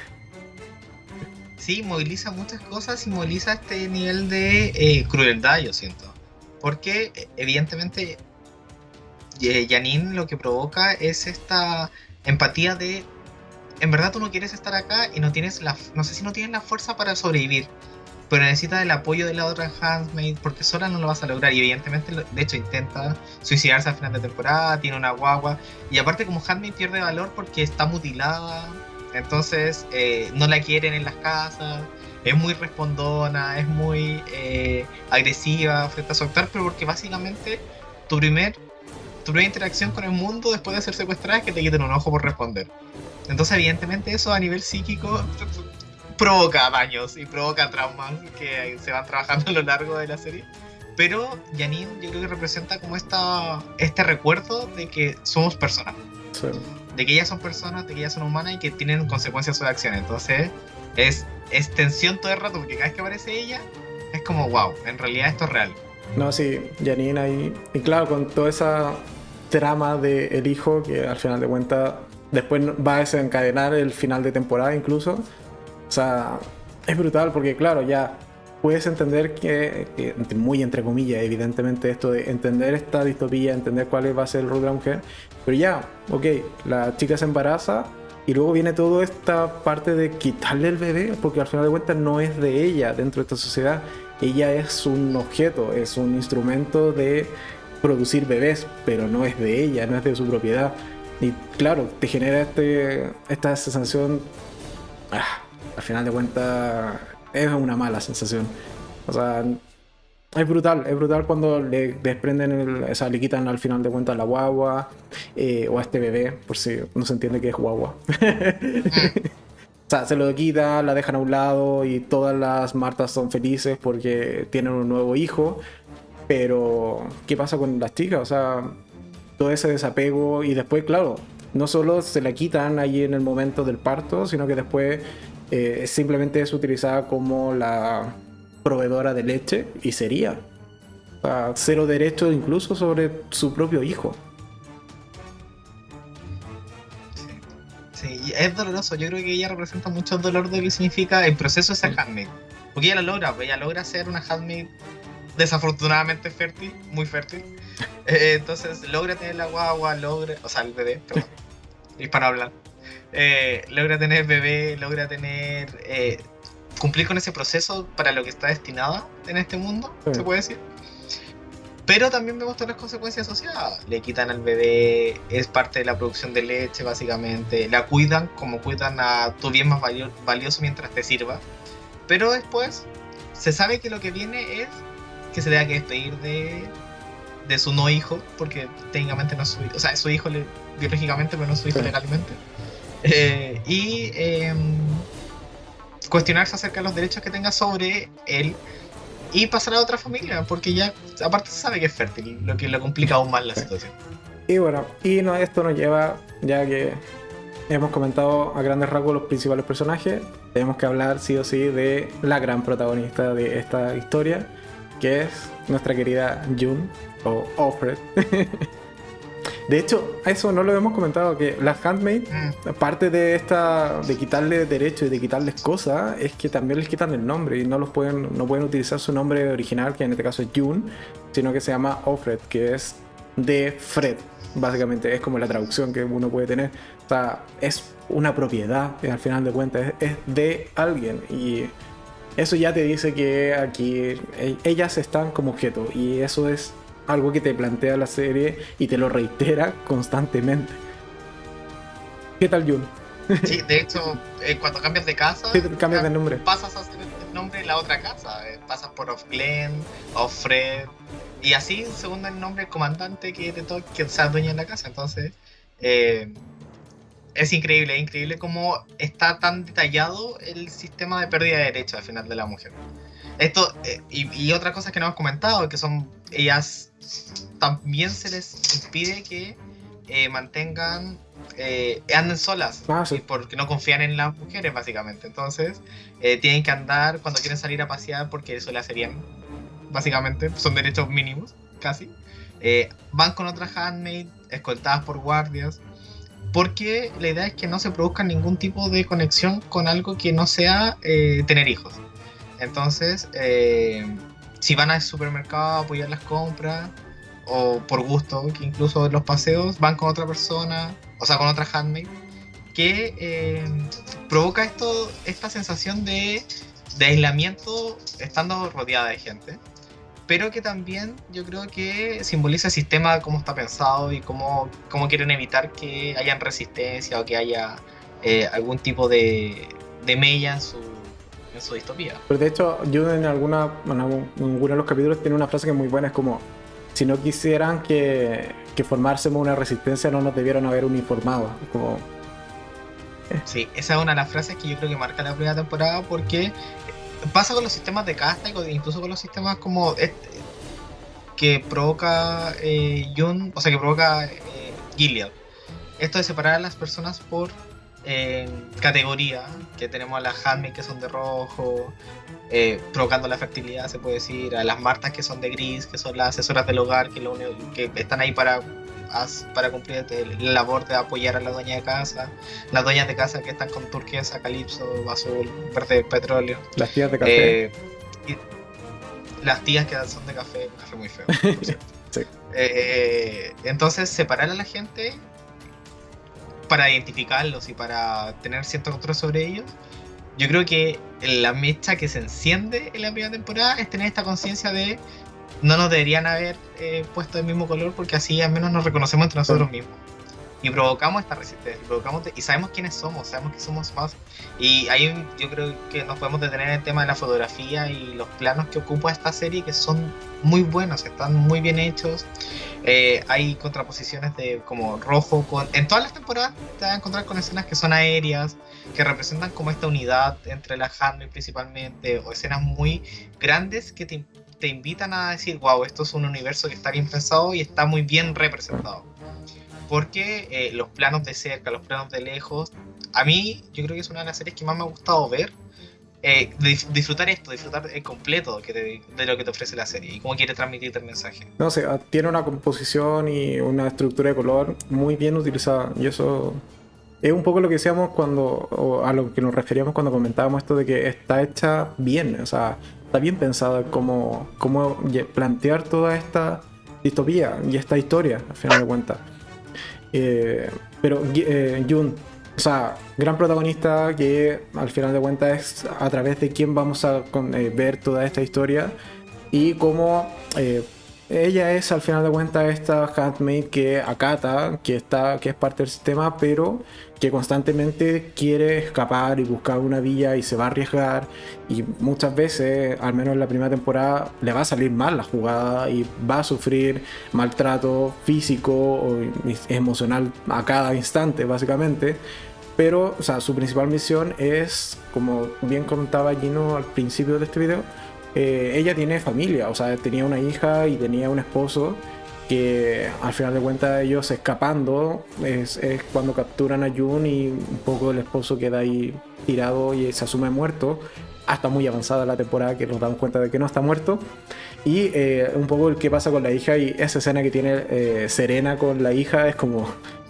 Sí, moviliza muchas cosas y moviliza este nivel de eh, crueldad, yo siento. Porque, eh, evidentemente, eh, Janine lo que provoca es esta empatía de, en verdad tú no quieres estar acá y no tienes la, no sé si no tienes la fuerza para sobrevivir, pero necesitas el apoyo de la otra handmaid porque sola no lo vas a lograr. Y evidentemente, lo- de hecho, intenta suicidarse al final de temporada, tiene una guagua, y aparte como handmaid pierde valor porque está mutilada. Entonces eh, no la quieren en las casas, es muy respondona, es muy eh, agresiva frente a su actor, pero porque básicamente tu primer tu primera interacción con el mundo después de ser secuestrada es que te quiten un ojo por responder. Entonces evidentemente eso a nivel psíquico provoca daños y provoca traumas que se van trabajando a lo largo de la serie. Pero Janine yo creo que representa como esta, este recuerdo de que somos personas. Sí. De que ellas son personas, de que ellas son humanas y que tienen consecuencias sus acciones. Entonces es, es tensión todo el rato porque cada vez que aparece ella es como wow, en realidad esto es real. No, sí, Janine ahí. Y claro, con toda esa trama del hijo que al final de cuentas después va a desencadenar el final de temporada incluso. O sea, es brutal porque claro, ya puedes entender que, que muy entre comillas, evidentemente esto de entender esta distopía, entender cuál va a ser el rol de la mujer, pero ya, ok, la chica se embaraza y luego viene toda esta parte de quitarle el bebé, porque al final de cuentas no es de ella dentro de esta sociedad, ella es un objeto, es un instrumento de producir bebés, pero no es de ella, no es de su propiedad. Y claro, te genera este, esta sensación, ah, al final de cuentas es una mala sensación. O sea, es brutal, es brutal cuando le desprenden, el, o sea, le quitan al final de cuentas la guagua, eh, o a este bebé, por si no se entiende que es guagua. O sea, se lo quitan, la dejan a un lado y todas las Martas son felices porque tienen un nuevo hijo. Pero, ¿qué pasa con las chicas? O sea, todo ese desapego y después, claro, no solo se la quitan ahí en el momento del parto, sino que después eh, simplemente es utilizada como la proveedora de leche y sería. O sea, cero derecho incluso sobre su propio hijo. Sí, sí, es doloroso. Yo creo que ella representa mucho el dolor de lo que significa el proceso de ser handmaid. Porque ella lo logra, ella logra ser una handmaid desafortunadamente fértil, muy fértil. Eh, entonces logra tener la guagua, logra, o sea, el bebé, perdón, hispanohablante. Eh, logra tener bebé, logra tener eh, cumplir con ese proceso para lo que está destinada en este mundo, sí. Se puede decir. Pero también vemos todas las consecuencias asociadas. Le quitan al bebé, es parte de la producción de leche básicamente. La cuidan como cuidan a tu bien más valio- valioso mientras te sirva. Pero después se sabe que lo que viene es que se tenga que despedir de, de su no hijo, porque técnicamente no es su hijo, o sea, es su hijo le, biológicamente, pero no es su hijo sí. legalmente. Eh, y eh, cuestionarse acerca de los derechos que tenga sobre él y pasar a otra familia, porque ya aparte se sabe que es fértil, lo que lo complica aún más la sí. situación. Y bueno, y no, esto nos lleva, ya que hemos comentado a grandes rasgos los principales personajes, tenemos que hablar sí o sí de la gran protagonista de esta historia, que es nuestra querida June o Offred. De hecho, eso no lo hemos comentado, que las handmaid, mm. parte de esta de quitarle derechos y de quitarles cosas, es que también les quitan el nombre y no los pueden no pueden utilizar su nombre original, que en este caso es June, sino que se llama Offred, que es de Fred, básicamente es como la traducción que uno puede tener. O sea, es una propiedad, al final de cuentas es, es de alguien, y eso ya te dice que aquí ellas están como objeto, y eso es algo que te plantea la serie y te lo reitera constantemente. ¿Qué tal, June? Sí, de hecho, eh, cuando cambias de casa, sí, cambias de nombre. Pasas a hacer el nombre de la otra casa. Eh, pasas por Offglen, Offred, y así según el nombre del comandante que te toque, que sea dueño de la casa. Entonces, eh, es increíble, es increíble cómo está tan detallado el sistema de pérdida de derechos al final de la mujer. Esto, eh, y, y otras cosas que no hemos comentado, que son, ellas también se les impide que eh, mantengan, eh, anden solas, ah, sí. porque no confían en las mujeres básicamente. Entonces, eh, tienen que andar cuando quieren salir a pasear, porque eso le hacerían, básicamente, son derechos mínimos, casi. Eh, van con otras handmaid, escoltadas por guardias, porque la idea es que no se produzca ningún tipo de conexión con algo que no sea eh, tener hijos. Entonces, eh, si van al supermercado a apoyar las compras, o por gusto, que incluso los paseos, van con otra persona, o sea, con otra handmaid, que eh, provoca esto, esta sensación de, de aislamiento estando rodeada de gente, pero que también yo creo que simboliza el sistema, cómo está pensado y cómo, cómo quieren evitar que hayan resistencia o que haya eh, algún tipo de, de mella en su, en su distopía. Pero de hecho, yo en alguna, en alguno de los capítulos tiene una frase que es muy buena, es como, si no quisieran que, que formásemos una resistencia, no nos debieron haber uniformado. Como... Sí, esa es una de las frases que yo creo que marca la primera temporada, porque pasa con los sistemas de casta, incluso con los sistemas como este, que provoca eh, Jun, o sea, que provoca eh, Gilead. Esto de separar a las personas por eh, categoría, que tenemos a las Handmaid que son de rojo, eh, provocando la fertilidad, se puede decir, a las Martas que son de gris, que son las asesoras del hogar, que, lo único, que están ahí para, para cumplir la labor de apoyar a la dueña de casa, las dueñas de casa que están con turquesa, calipso, azul, verde, petróleo. Las tías de café. Eh, y las tías que son de café, café muy feo, por cierto. Sí. Eh, entonces, separar a la gente para identificarlos y para tener cierto control sobre ellos, yo creo que la mecha que se enciende en la primera temporada es tener esta conciencia de no nos deberían haber eh, puesto el mismo color, porque así al menos nos reconocemos entre nosotros mismos y provocamos esta resistencia, y, provocamos y sabemos quiénes somos, sabemos que somos más. Y ahí yo creo que nos podemos detener en el tema de la fotografía y los planos que ocupa esta serie, que son muy buenos, están muy bien hechos. Eh, hay contraposiciones de como rojo con... En todas las temporadas te vas a encontrar con escenas que son aéreas, que representan como esta unidad entre las Handmaid principalmente, o escenas muy grandes que te, te invitan a decir, wow, esto es un universo que está bien pensado y está muy bien representado. Porque eh, los planos de cerca, los planos de lejos, a mí yo creo que es una de las series que más me ha gustado ver. Eh, disfrutar esto, disfrutar el completo que te, de lo que te ofrece la serie y cómo quiere transmitirte el mensaje. No sé, tiene una composición y una estructura de color muy bien utilizada, y eso es un poco lo que decíamos cuando, o a lo que nos referíamos cuando comentábamos esto de que está hecha bien, o sea, está bien pensada cómo, cómo plantear toda esta distopía y esta historia, al final de cuentas. Eh, pero eh, Jun, o sea, gran protagonista que al final de cuentas es a través de quien vamos a con, eh, ver toda esta historia, y cómo eh, ella es al final de cuentas esta handmaid que acata, que, está, que es parte del sistema, pero que constantemente quiere escapar y buscar una vía y se va a arriesgar, y muchas veces, al menos en la primera temporada, le va a salir mal la jugada y va a sufrir maltrato físico o emocional a cada instante básicamente. Pero, o sea, su principal misión es, como bien contaba Gino al principio de este video, eh, ella tiene familia, o sea, tenía una hija y tenía un esposo, que al final de cuentas ellos escapando es, es cuando capturan a Jun, y un poco el esposo queda ahí tirado y se asume muerto hasta muy avanzada la temporada, que nos damos cuenta de que no está muerto. Y eh, un poco el que pasa con la hija, y esa escena que tiene eh, Serena con la hija es como...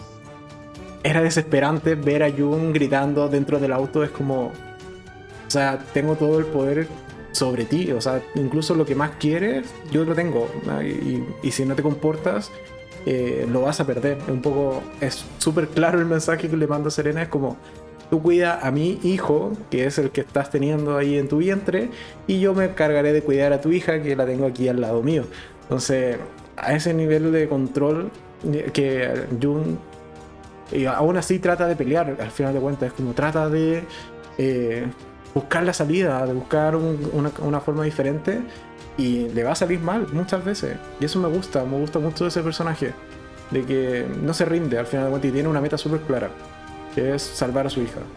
Era desesperante ver a Jun gritando dentro del auto, es como... O sea, tengo todo el poder sobre ti, o sea, incluso lo que más quieres, yo lo tengo, y, y si no te comportas, eh, lo vas a perder. Un poco, es súper claro el mensaje que le manda Serena, es como, tú cuida a mi hijo, que es el que estás teniendo ahí en tu vientre, y yo me encargaré de cuidar a tu hija, que la tengo aquí al lado mío. Entonces, a ese nivel de control que Jun, y aún así trata de pelear, al final de cuentas, es como trata de... Eh, buscar la salida, de buscar un, una, una forma diferente, y le va a salir mal muchas veces, y eso me gusta, me gusta mucho de ese personaje, de que no se rinde al final de cuentas y tiene una meta súper clara, que es salvar a su hija.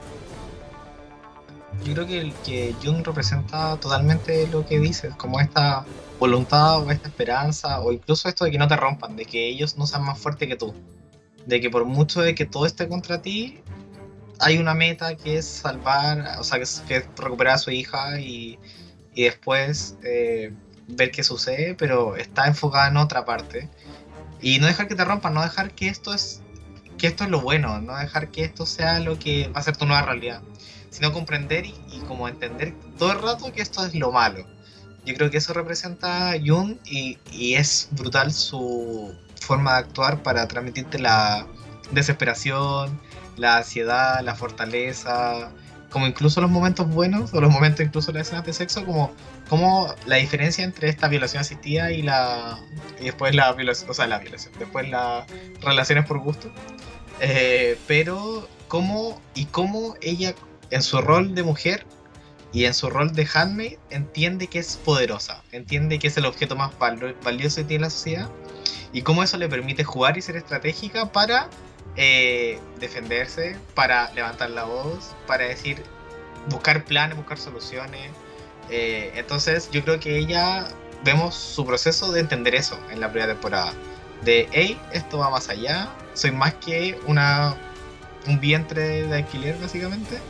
Yo creo que, que Jun representa totalmente lo que dices, como esta voluntad o esta esperanza, o incluso esto de que no te rompan, de que ellos no sean más fuertes que tú, de que por mucho de que todo esté contra ti, hay una meta que es salvar, o sea, que es, que es recuperar a su hija, y, y después eh, ver qué sucede, pero está enfocada en otra parte. Y no dejar que te rompan, no dejar que esto es que esto es lo bueno, no dejar que esto sea lo que va a ser tu nueva realidad, sino comprender y, y como entender todo el rato que esto es lo malo. Yo creo que eso representa a Jun, y, y es brutal su forma de actuar para transmitirte la desesperación, la ansiedad, la fortaleza, como incluso los momentos buenos, o los momentos incluso las escenas de sexo, como, como la diferencia entre esta violación asistida y la y después la violación, o sea, la violación, después las relaciones por gusto, Eh, pero cómo y cómo ella en su rol de mujer y en su rol de handmaid entiende que es poderosa, entiende que es el objeto más valo- valioso que tiene la sociedad y cómo eso le permite jugar y ser estratégica para eh, defenderse, para levantar la voz, para decir, buscar planes, buscar soluciones. Eh, entonces yo creo que ella, vemos su proceso de entender eso en la primera temporada. De, hey, esto va más allá, soy más que una, un vientre de alquiler básicamente,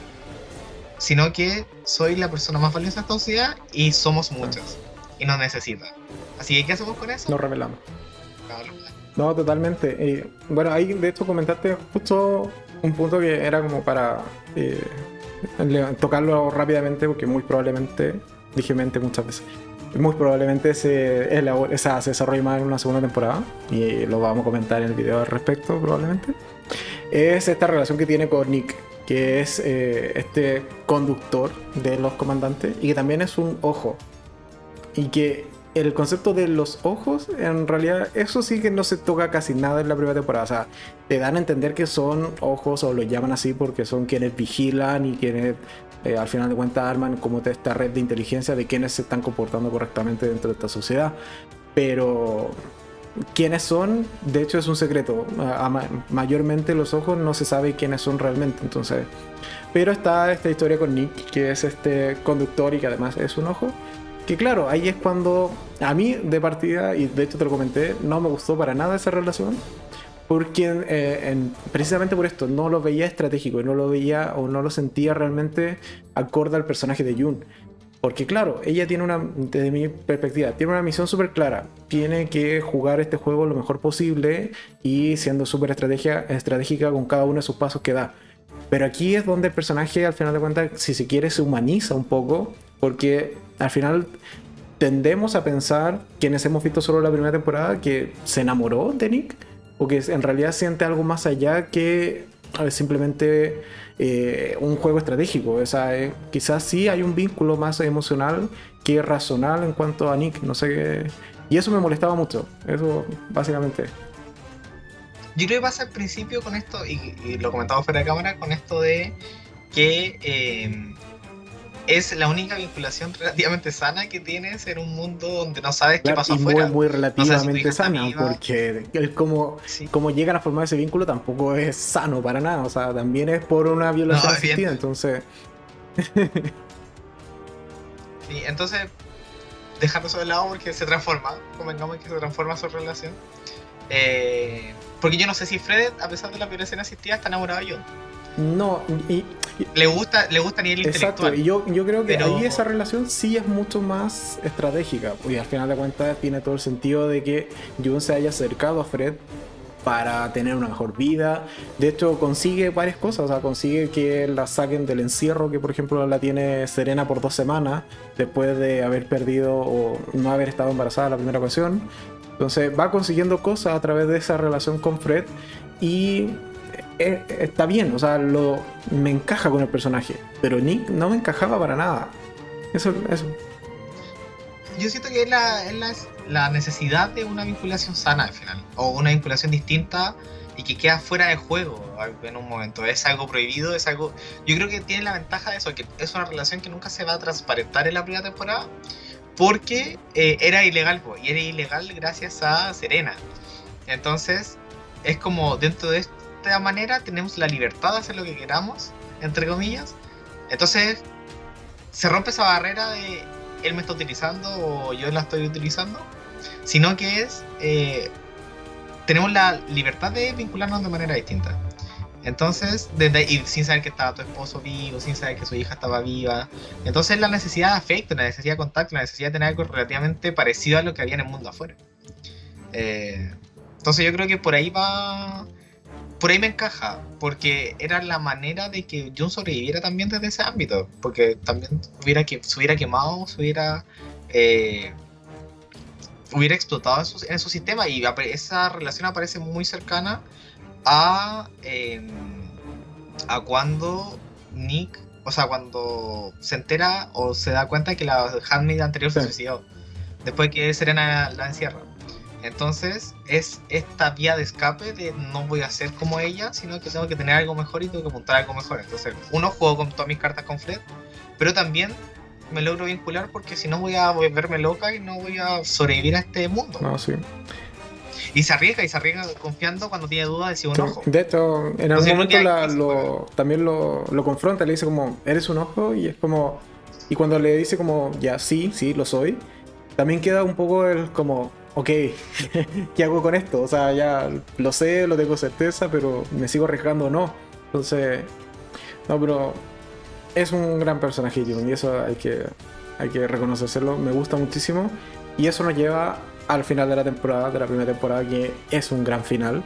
sino que soy la persona más valiosa de esta sociedad y somos muchos y nos necesitan. Así que, ¿qué hacemos con eso? Nos revelamos. Claro. No, totalmente. Y, bueno, ahí de hecho comentaste justo un punto que era como para eh, le- tocarlo rápidamente, porque muy probablemente, dije mente muchas veces, muy probablemente se, elabor- esa, se desarrolle más en una segunda temporada, y lo vamos a comentar en el video al respecto probablemente. Es esta relación que tiene con Nick, que es eh, este conductor de los comandantes y que también es un ojo. Y que el concepto de los ojos, en realidad, eso sí que no se toca casi nada en la primera temporada. O sea, te dan a entender que son ojos, o los llaman así porque son quienes vigilan y quienes, eh, al final de cuentas, arman como esta red de inteligencia de quienes se están comportando correctamente dentro de esta sociedad. Pero quiénes son, de hecho, es un secreto. A- a ma- mayormente los ojos no se sabe quiénes son realmente. Entonces, pero está esta historia con Nick, que es este conductor y que además es un ojo. Que claro, ahí es cuando a mí de partida, y de hecho te lo comenté, no me gustó para nada esa relación, porque eh, en- precisamente por esto no lo veía estratégico y no lo veía o no lo sentía realmente acorde al personaje de Jun. Porque claro, ella tiene una, desde mi perspectiva, tiene una misión súper clara. Tiene que jugar este juego lo mejor posible y siendo súper estrategia- estratégica con cada uno de sus pasos que da. Pero aquí es donde el personaje, al final de cuentas, si se quiere, se humaniza un poco, porque al final tendemos a pensar, quienes hemos visto solo la primera temporada, que se enamoró de Nick, o que en realidad siente algo más allá que eh, simplemente eh, un juego estratégico. O sea, eh, quizás sí hay un vínculo más emocional que racional en cuanto a Nick, no sé qué. Y eso me molestaba mucho, eso básicamente. Yo creo que pasa al principio con esto, y, y lo comentaba fuera de cámara, con esto de que eh, es la única vinculación relativamente sana que tienes en un mundo donde no sabes qué Claro, pasó y muy, afuera. muy No sabes si tu relativamente hija está sana, viva. porque el cómo, Sí. cómo llegan a formar ese vínculo tampoco es sano para nada. O sea, también es por una violación No, asistida, evidente. entonces. Sí, entonces, dejando eso de lado porque se transforma, convengamos que se transforma su relación. Eh, porque yo no sé si Fred, a pesar de la violación asistida, está enamorado de John. No, y, y- Le gusta, le gusta a nivel exacto, intelectual. y yo, yo creo que pero ahí esa relación sí es mucho más estratégica, y al final de cuentas tiene todo el sentido de que Jun se haya acercado a Fred para tener una mejor vida. De hecho, consigue varias cosas, o sea, consigue que la saquen del encierro, que por ejemplo la tiene Serena por dos semanas, después de haber perdido o no haber estado embarazada la primera ocasión. Entonces va consiguiendo cosas a través de esa relación con Fred, y eh, está bien, o sea, lo, me encaja con el personaje, pero Nick no me encajaba para nada. Eso, eso. yo siento que es, la, es la, la necesidad de una vinculación sana al final, o una vinculación distinta y que queda fuera de juego en un momento. Es algo prohibido, es algo... Yo creo que tiene la ventaja de eso, que es una relación que nunca se va a transparentar en la primera temporada, porque eh, era ilegal, po, y era ilegal gracias a Serena. Entonces, es como dentro de esta manera tenemos la libertad de hacer lo que queramos, entre comillas. Entonces, se rompe esa barrera de él me está utilizando o yo la estoy utilizando, sino que es eh, tenemos la libertad de vincularnos de manera distinta. Entonces, desde, y sin saber que estaba tu esposo vivo, sin saber que su hija estaba viva. Entonces, la necesidad de afecto, la necesidad de contacto, la necesidad de tener algo relativamente parecido a lo que había en el mundo afuera. Eh, entonces, yo creo que por ahí va. Por ahí me encaja, porque era la manera de que Jun sobreviviera también desde ese ámbito, porque también hubiera que, se hubiera quemado, se hubiera, eh, hubiera explotado en su, en su sistema, y esa relación aparece muy cercana a, eh, a cuando Nick, o sea, cuando se entera o se da cuenta que la handmaid anterior se Sí. suicidó, después que Serena la encierra. Entonces es esta vía de escape de no voy a ser como ella, sino que tengo que tener algo mejor y tengo que apuntar a algo mejor. Entonces, uno, juego con todas mis cartas con Fred, pero también me logro vincular porque si no voy a verme loca y no voy a sobrevivir a este mundo. No, sí. Y se arriesga, y se arriesga confiando cuando tiene dudas de si es un ojo. De hecho, en algún Entonces, momento la, es, lo, también lo, lo confronta, le dice como, ¿eres un ojo? Y es como... Y cuando le dice como, ya, sí, sí, lo soy, también queda un poco el como, ok, ¿qué hago con esto? O sea, ya lo sé, lo tengo certeza, pero me sigo arriesgando o no. Entonces, no, pero es un gran personaje Jun, y eso hay que, hay que reconocerlo. Me gusta muchísimo. Y eso nos lleva al final de la temporada, de la primera temporada, que es un gran final.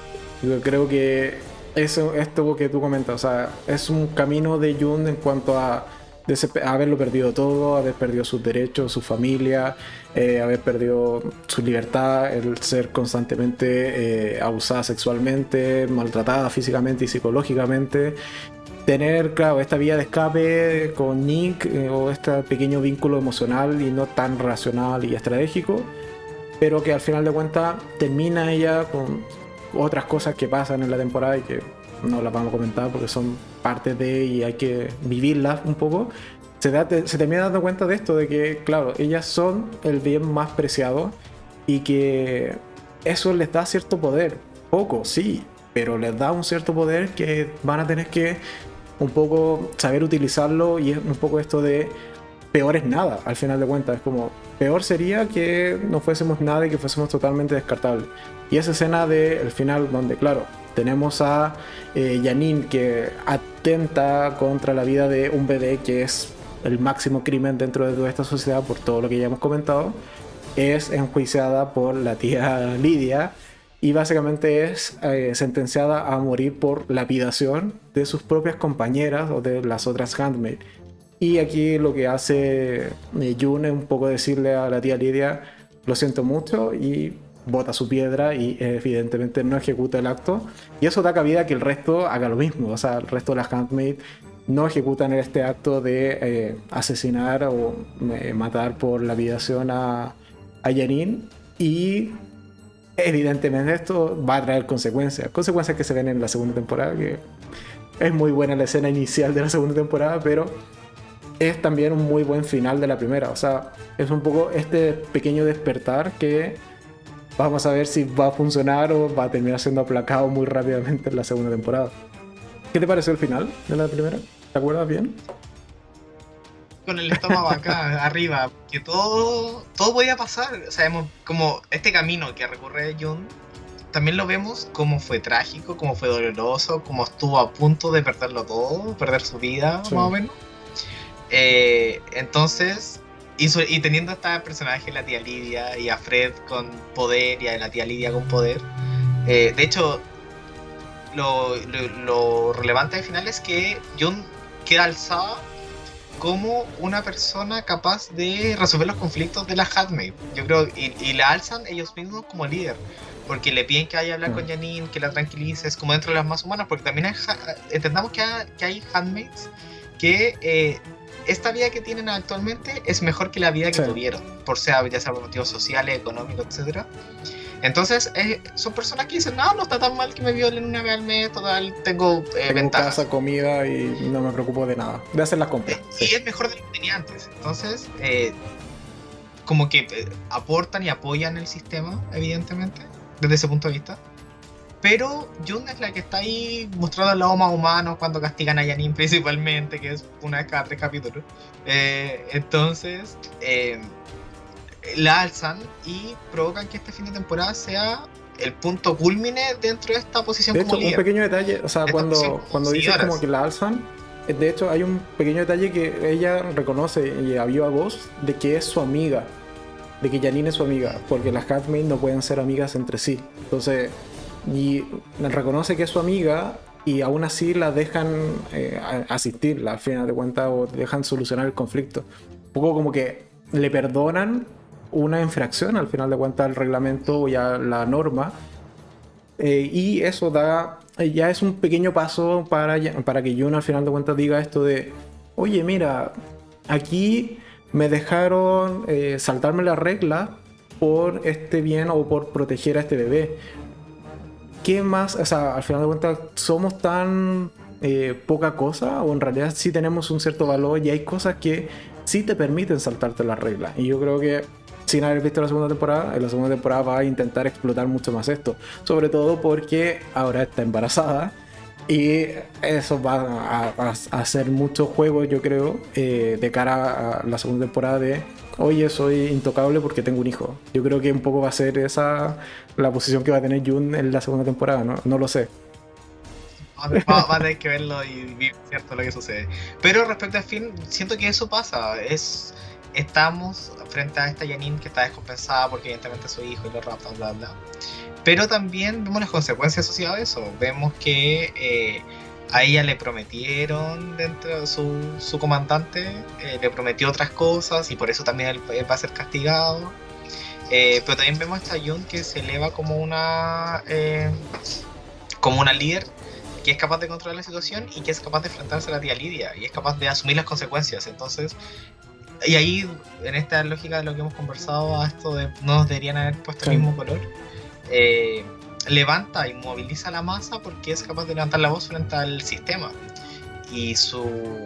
Yo creo que eso, esto que tú comentas, o sea, es un camino de Jun en cuanto a de haberlo perdido todo, haber perdido sus derechos, su familia, eh, haber perdido su libertad, el ser constantemente eh, abusada sexualmente, maltratada físicamente y psicológicamente, tener, claro, esta vía de escape con Nick eh, o este pequeño vínculo emocional y no tan racional y estratégico, pero que al final de cuentas termina ella con otras cosas que pasan en la temporada y que no las vamos a comentar porque son parte de y hay que vivirlas un poco. Se, da, se termina dando cuenta de esto, de que, claro, ellas son el bien más preciado y que eso les da cierto poder. Poco, sí, pero les da un cierto poder que van a tener que un poco saber utilizarlo, y es un poco esto de peor es nada, al final de cuentas. Es como, peor sería que no fuésemos nada y que fuésemos totalmente descartables. Y esa escena del final donde, claro, tenemos a eh, Janine que atenta contra la vida de un bebé, que es el máximo crimen dentro de toda esta sociedad por todo lo que ya hemos comentado. Es enjuiciada por la tía Lidia y básicamente es eh, sentenciada a morir por lapidación de sus propias compañeras o de las otras handmaids. Y aquí lo que hace eh, Jun es un poco decirle a la tía Lidia, lo siento mucho, y bota su piedra y eh, evidentemente no ejecuta el acto, y eso da cabida a que el resto haga lo mismo. O sea, el resto de las handmaids no ejecutan este acto de eh, asesinar o eh, matar por lapidación a, a Janine, y evidentemente esto va a traer consecuencias consecuencias que se ven en la segunda temporada, que es muy buena la escena inicial de la segunda temporada, pero es también un muy buen final de la primera. O sea, es un poco este pequeño despertar que vamos a ver si va a funcionar o va a terminar siendo aplacado muy rápidamente en la segunda temporada. ¿Qué te pareció el final de la primera? ¿Te acuerdas bien? Con el estómago acá, arriba, que todo, todo podía pasar. Sabemos como este camino que recorre Jun, también lo vemos como fue trágico, como fue doloroso, como estuvo a punto de perderlo todo, perder su vida, sí, más o menos. Eh, entonces, y, su, y teniendo a esta personaje, la tía Lidia, y a Fred con poder, y a la tía Lidia con poder. Eh, de hecho, lo, lo, lo relevante al final es que Jun queda alzada como una persona capaz de resolver los conflictos de la handmaid. Yo creo, y, y la alzan ellos mismos como líder, porque le piden que vaya a hablar mm. con Janine, que la tranquilices, como dentro de las más humanas, porque también hay, entendamos que hay, que hay handmaids que eh, esta vida que tienen actualmente es mejor que la vida que sí. tuvieron, por sea, ya sea por motivos sociales, económicos, etcétera. Entonces, eh, son personas que dicen, no, no está tan mal que me violen una vez al mes, total, tengo, eh, tengo ventajas. casa, comida y no me preocupo de nada, de hacer las compras. Eh, sí. Y es mejor de lo que tenía antes. Entonces, eh, como que eh, aportan y apoyan el sistema, evidentemente, desde ese punto de vista. Pero Jun es la que está ahí mostrando el lado más humano cuando castigan a Janine principalmente, que es una vez cada tres capítulos. Eh, entonces, eh, la alzan y provocan que este fin de temporada sea el punto culmine dentro de esta posición. De hecho, como líder. Un pequeño detalle, o sea, esta cuando, cuando dices como que la alzan, de hecho hay un pequeño detalle que ella reconoce y a viva voz de que es su amiga, de que Janine es su amiga, porque las handmaids no pueden ser amigas entre sí. Entonces, y reconoce que es su amiga y aún así la dejan eh, asistirla al final de cuentas, o dejan solucionar el conflicto. Un poco como que le perdonan una infracción al final de cuentas al reglamento y a la norma, eh, y eso da ya es un pequeño paso para, para que Jun al final de cuentas diga esto de, oye, mira, aquí me dejaron eh, saltarme la regla por este bien o por proteger a este bebé. ¿Qué más? O sea, al final de cuentas, ¿somos tan eh, poca cosa? ¿O en realidad sí tenemos un cierto valor y hay cosas que sí te permiten saltarte las reglas? Y yo creo que sin haber visto la segunda temporada, en la segunda temporada va a intentar explotar mucho más esto. Sobre todo porque ahora está embarazada. Y eso va a, a, a hacer muchos juegos, yo creo, eh, de cara a la segunda temporada de oye, soy intocable porque tengo un hijo. Yo creo que un poco va a ser esa la posición que va a tener Jun en la segunda temporada, no, no lo sé. Va, va a tener que verlo y vivir cierto lo que sucede. Pero respecto al fin, siento que eso pasa. Es, estamos frente a esta Janine que está descompensada porque evidentemente es su hijo y lo rapta, bla bla. Pero también vemos las consecuencias asociadas a eso. Vemos que eh, a ella le prometieron, dentro de su, su comandante, eh, le prometió otras cosas y por eso también él, él va a ser castigado. Eh, pero también vemos a esta June que se eleva como una, eh, como una líder que es capaz de controlar la situación y que es capaz de enfrentarse a la tía Lidia y es capaz de asumir las consecuencias. Entonces, y ahí, en esta lógica de lo que hemos conversado, a esto de no nos deberían haber puesto el mismo color. Eh, levanta y moviliza la masa porque es capaz de levantar la voz frente al sistema y su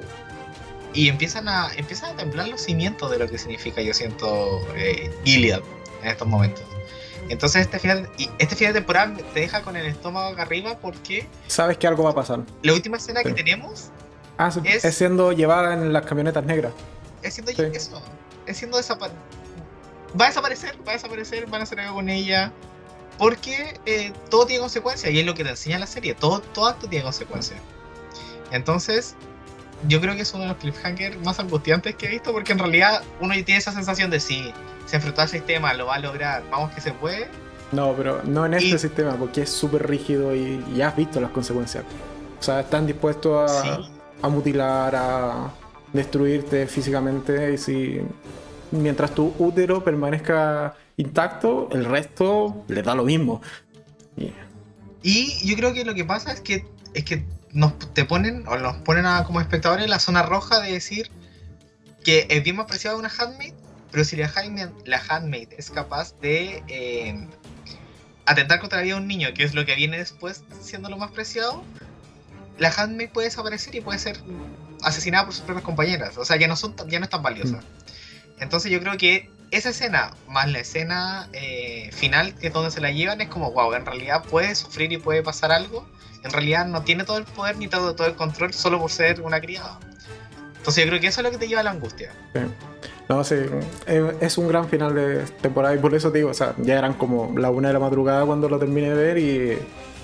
y empiezan a empiezan a temblar los cimientos de lo que significa, yo siento, eh, Gilead en estos momentos. Entonces este final y este final de temporada te deja con el estómago acá arriba porque sabes que algo va a pasar. La última escena sí. que tenemos ah, sí. es, es siendo llevada en las camionetas negras. Es siendo sí. eso, es siendo desapa- va a desaparecer, va a desaparecer, van a hacer algo con ella. Porque eh, todo tiene consecuencias y es lo que te enseña la serie, todo, todo acto tiene consecuencias. Entonces, yo creo que es uno de los cliffhangers más angustiantes que he visto porque en realidad uno tiene esa sensación de sí, se enfrentó al sistema, lo va a lograr, vamos que se puede. No, pero no en este y... sistema porque es súper rígido y ya has visto las consecuencias. O sea, están dispuestos a, sí. a mutilar, a destruirte físicamente y si mientras tu útero permanezca intacto, el resto le da lo mismo. Yeah. Y yo creo que lo que pasa es que es que nos te ponen o nos ponen a, como espectadores en la zona roja de decir que es bien más preciada una handmaid, pero si la handmaid, la handmaid es capaz de eh, atentar contra la vida de un niño, que es lo que viene después siendo lo más preciado, la handmaid puede desaparecer y puede ser asesinada por sus propias compañeras. O sea, ya no son ya no es tan valiosa. Mm. Entonces yo creo que esa escena, más la escena eh, final, que es donde se la llevan, es como, wow, en realidad puede sufrir y puede pasar algo. En realidad no tiene todo el poder ni todo, todo el control solo por ser una criada. Entonces yo creo que eso es lo que te lleva a la angustia. Sí. No, sí, es un gran final de temporada y por eso te digo, o sea, ya eran como la una de la madrugada cuando lo terminé de ver y...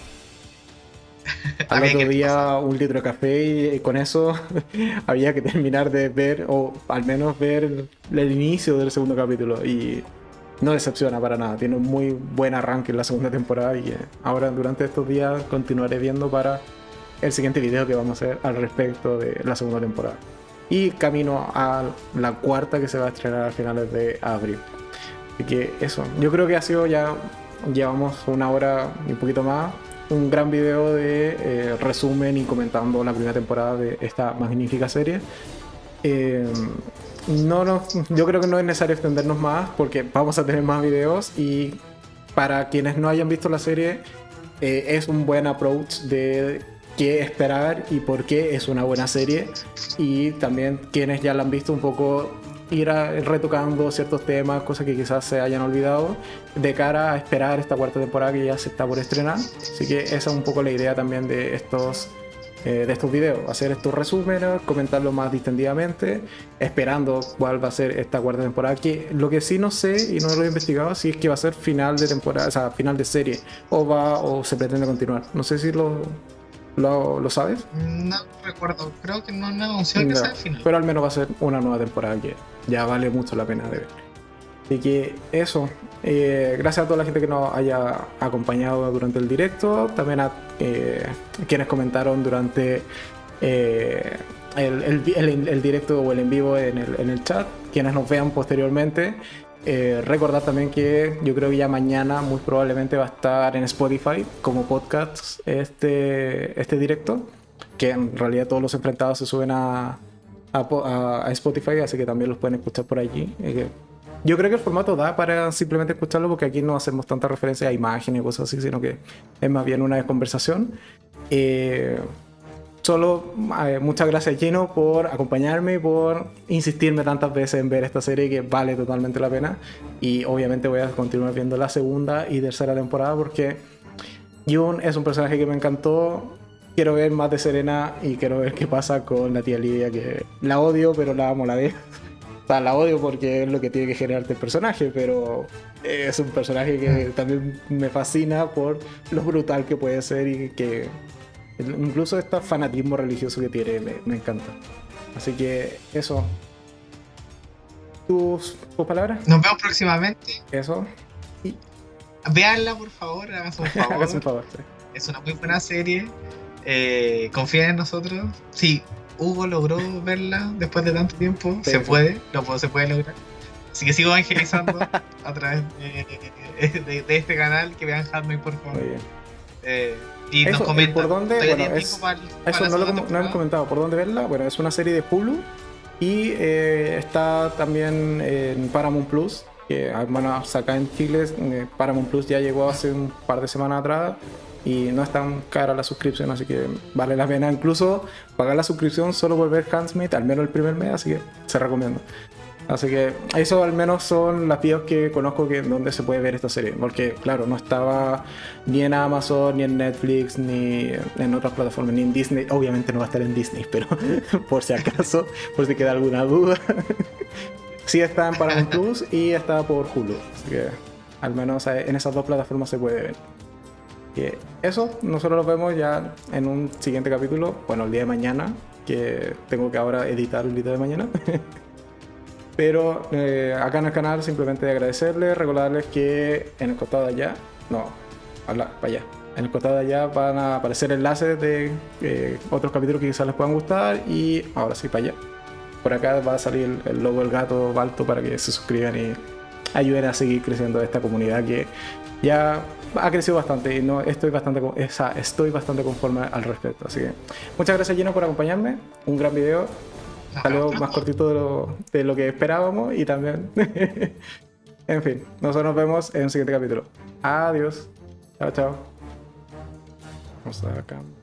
al otro día un litro de café y con eso había que terminar de ver o al menos ver el, el inicio del segundo capítulo y no decepciona para nada, tiene un muy buen arranque en la segunda temporada y ahora durante estos días continuaré viendo para el siguiente video que vamos a hacer al respecto de la segunda temporada y camino a la cuarta que se va a estrenar a finales de abril. Así que eso, yo creo que ha sido ya, llevamos una hora y un poquito más, un gran video de eh, resumen y comentando la primera temporada de esta magnífica serie. Eh, no, no, yo creo que no es necesario extendernos más porque vamos a tener más videos y para quienes no hayan visto la serie eh, es un buen approach de qué esperar y por qué es una buena serie y también quienes ya la han visto un poco ir a, retocando ciertos temas, cosas que quizás se hayan olvidado de cara a esperar esta cuarta temporada que ya se está por estrenar. Así que esa es un poco la idea también de estos eh, de estos videos, hacer estos resúmenes, comentarlo más distendidamente, esperando cuál va a ser esta cuarta temporada, que lo que sí no sé y no lo he investigado si es que va a ser final de temporada, o sea, final de serie, o va o se pretende continuar. No sé si lo ¿Lo, ¿Lo sabes? No recuerdo, creo que no han anunciado que no, sea el final. Pero al menos va a ser una nueva temporada que ya vale mucho la pena de ver. Así que eso, eh, gracias a toda la gente que nos haya acompañado durante el directo, también a eh, quienes comentaron durante eh, el, el, el, el directo o el en vivo en el, en el chat, quienes nos vean posteriormente. Eh, recordar también que yo creo que ya mañana muy probablemente va a estar en Spotify como podcast este, este directo, que en realidad todos los enfrentados se suben a, a, a Spotify, así que también los pueden escuchar por allí. Eh, yo creo que el formato da para simplemente escucharlo porque aquí no hacemos tanta referencia a imágenes y cosas así, sino que es más bien una conversación. Eh, solo eh, muchas gracias Gino por acompañarme y por insistirme tantas veces en ver esta serie que vale totalmente la pena. Y obviamente voy a continuar viendo la segunda y tercera temporada porque Jun es un personaje que me encantó. Quiero ver más de Serena y quiero ver qué pasa con la tía Lidia, que la odio, pero la amo a la vez. O sea, la odio porque es lo que tiene que generarte el personaje, pero es un personaje que también me fascina por lo brutal que puede ser y que incluso este fanatismo religioso que tiene me, me encanta. Así que eso. ¿Tus, tus palabras? Nos vemos próximamente. Eso. Y... Véanla, por favor, háganse un favor. Háganse un favor, sí. Es una muy buena serie. Eh, confíen en nosotros. Sí, Hugo logró verla después de tanto tiempo. Sí, se sí. puede, lo, se puede lograr. Así que sigo evangelizando a través de, de, de este canal. Que vean Handmaid, por favor. Muy bien. Eh, y eso, nos comentan. ¿Por dónde? Bueno, es, para, para eso no lo no hemos comentado. ¿Por dónde verla? Bueno, es una serie de Hulu. Y eh, está también en Paramount Plus. Que bueno, acá en Chile eh, Paramount Plus ya llegó hace un par de semanas atrás. Y no es tan cara la suscripción, así que vale la pena incluso pagar la suscripción solo por ver Handmaid, al menos el primer mes, así que se recomiendo. Así que eso al menos son las vías que conozco que donde se puede ver esta serie, porque claro, no estaba ni en Amazon, ni en Netflix, ni en otras plataformas, ni en Disney. Obviamente no va a estar en Disney, pero por si acaso, por si queda alguna duda. Sí está en Paramount Plus y está por Hulu, así que al menos en esas dos plataformas se puede ver. Y eso, nosotros nos vemos ya en un siguiente capítulo, bueno, el día de mañana, que tengo que ahora editar el video de mañana. Pero eh, acá en el canal simplemente agradecerles, recordarles que en el costado de allá, no, para allá, en el costado de allá van a aparecer enlaces de eh, otros capítulos que quizás les puedan gustar y ahora sí, para allá. Por acá va a salir el, el logo del gato Balto para que se suscriban y ayuden a seguir creciendo esta comunidad que ya ha crecido bastante y no estoy bastante esa, estoy bastante conforme al respecto. Así que muchas gracias Gino por acompañarme, un gran video, salió más cortito de lo, de lo que esperábamos y también en fin, nosotros nos vemos en un siguiente capítulo. Adiós, chao chao. Vamos acá.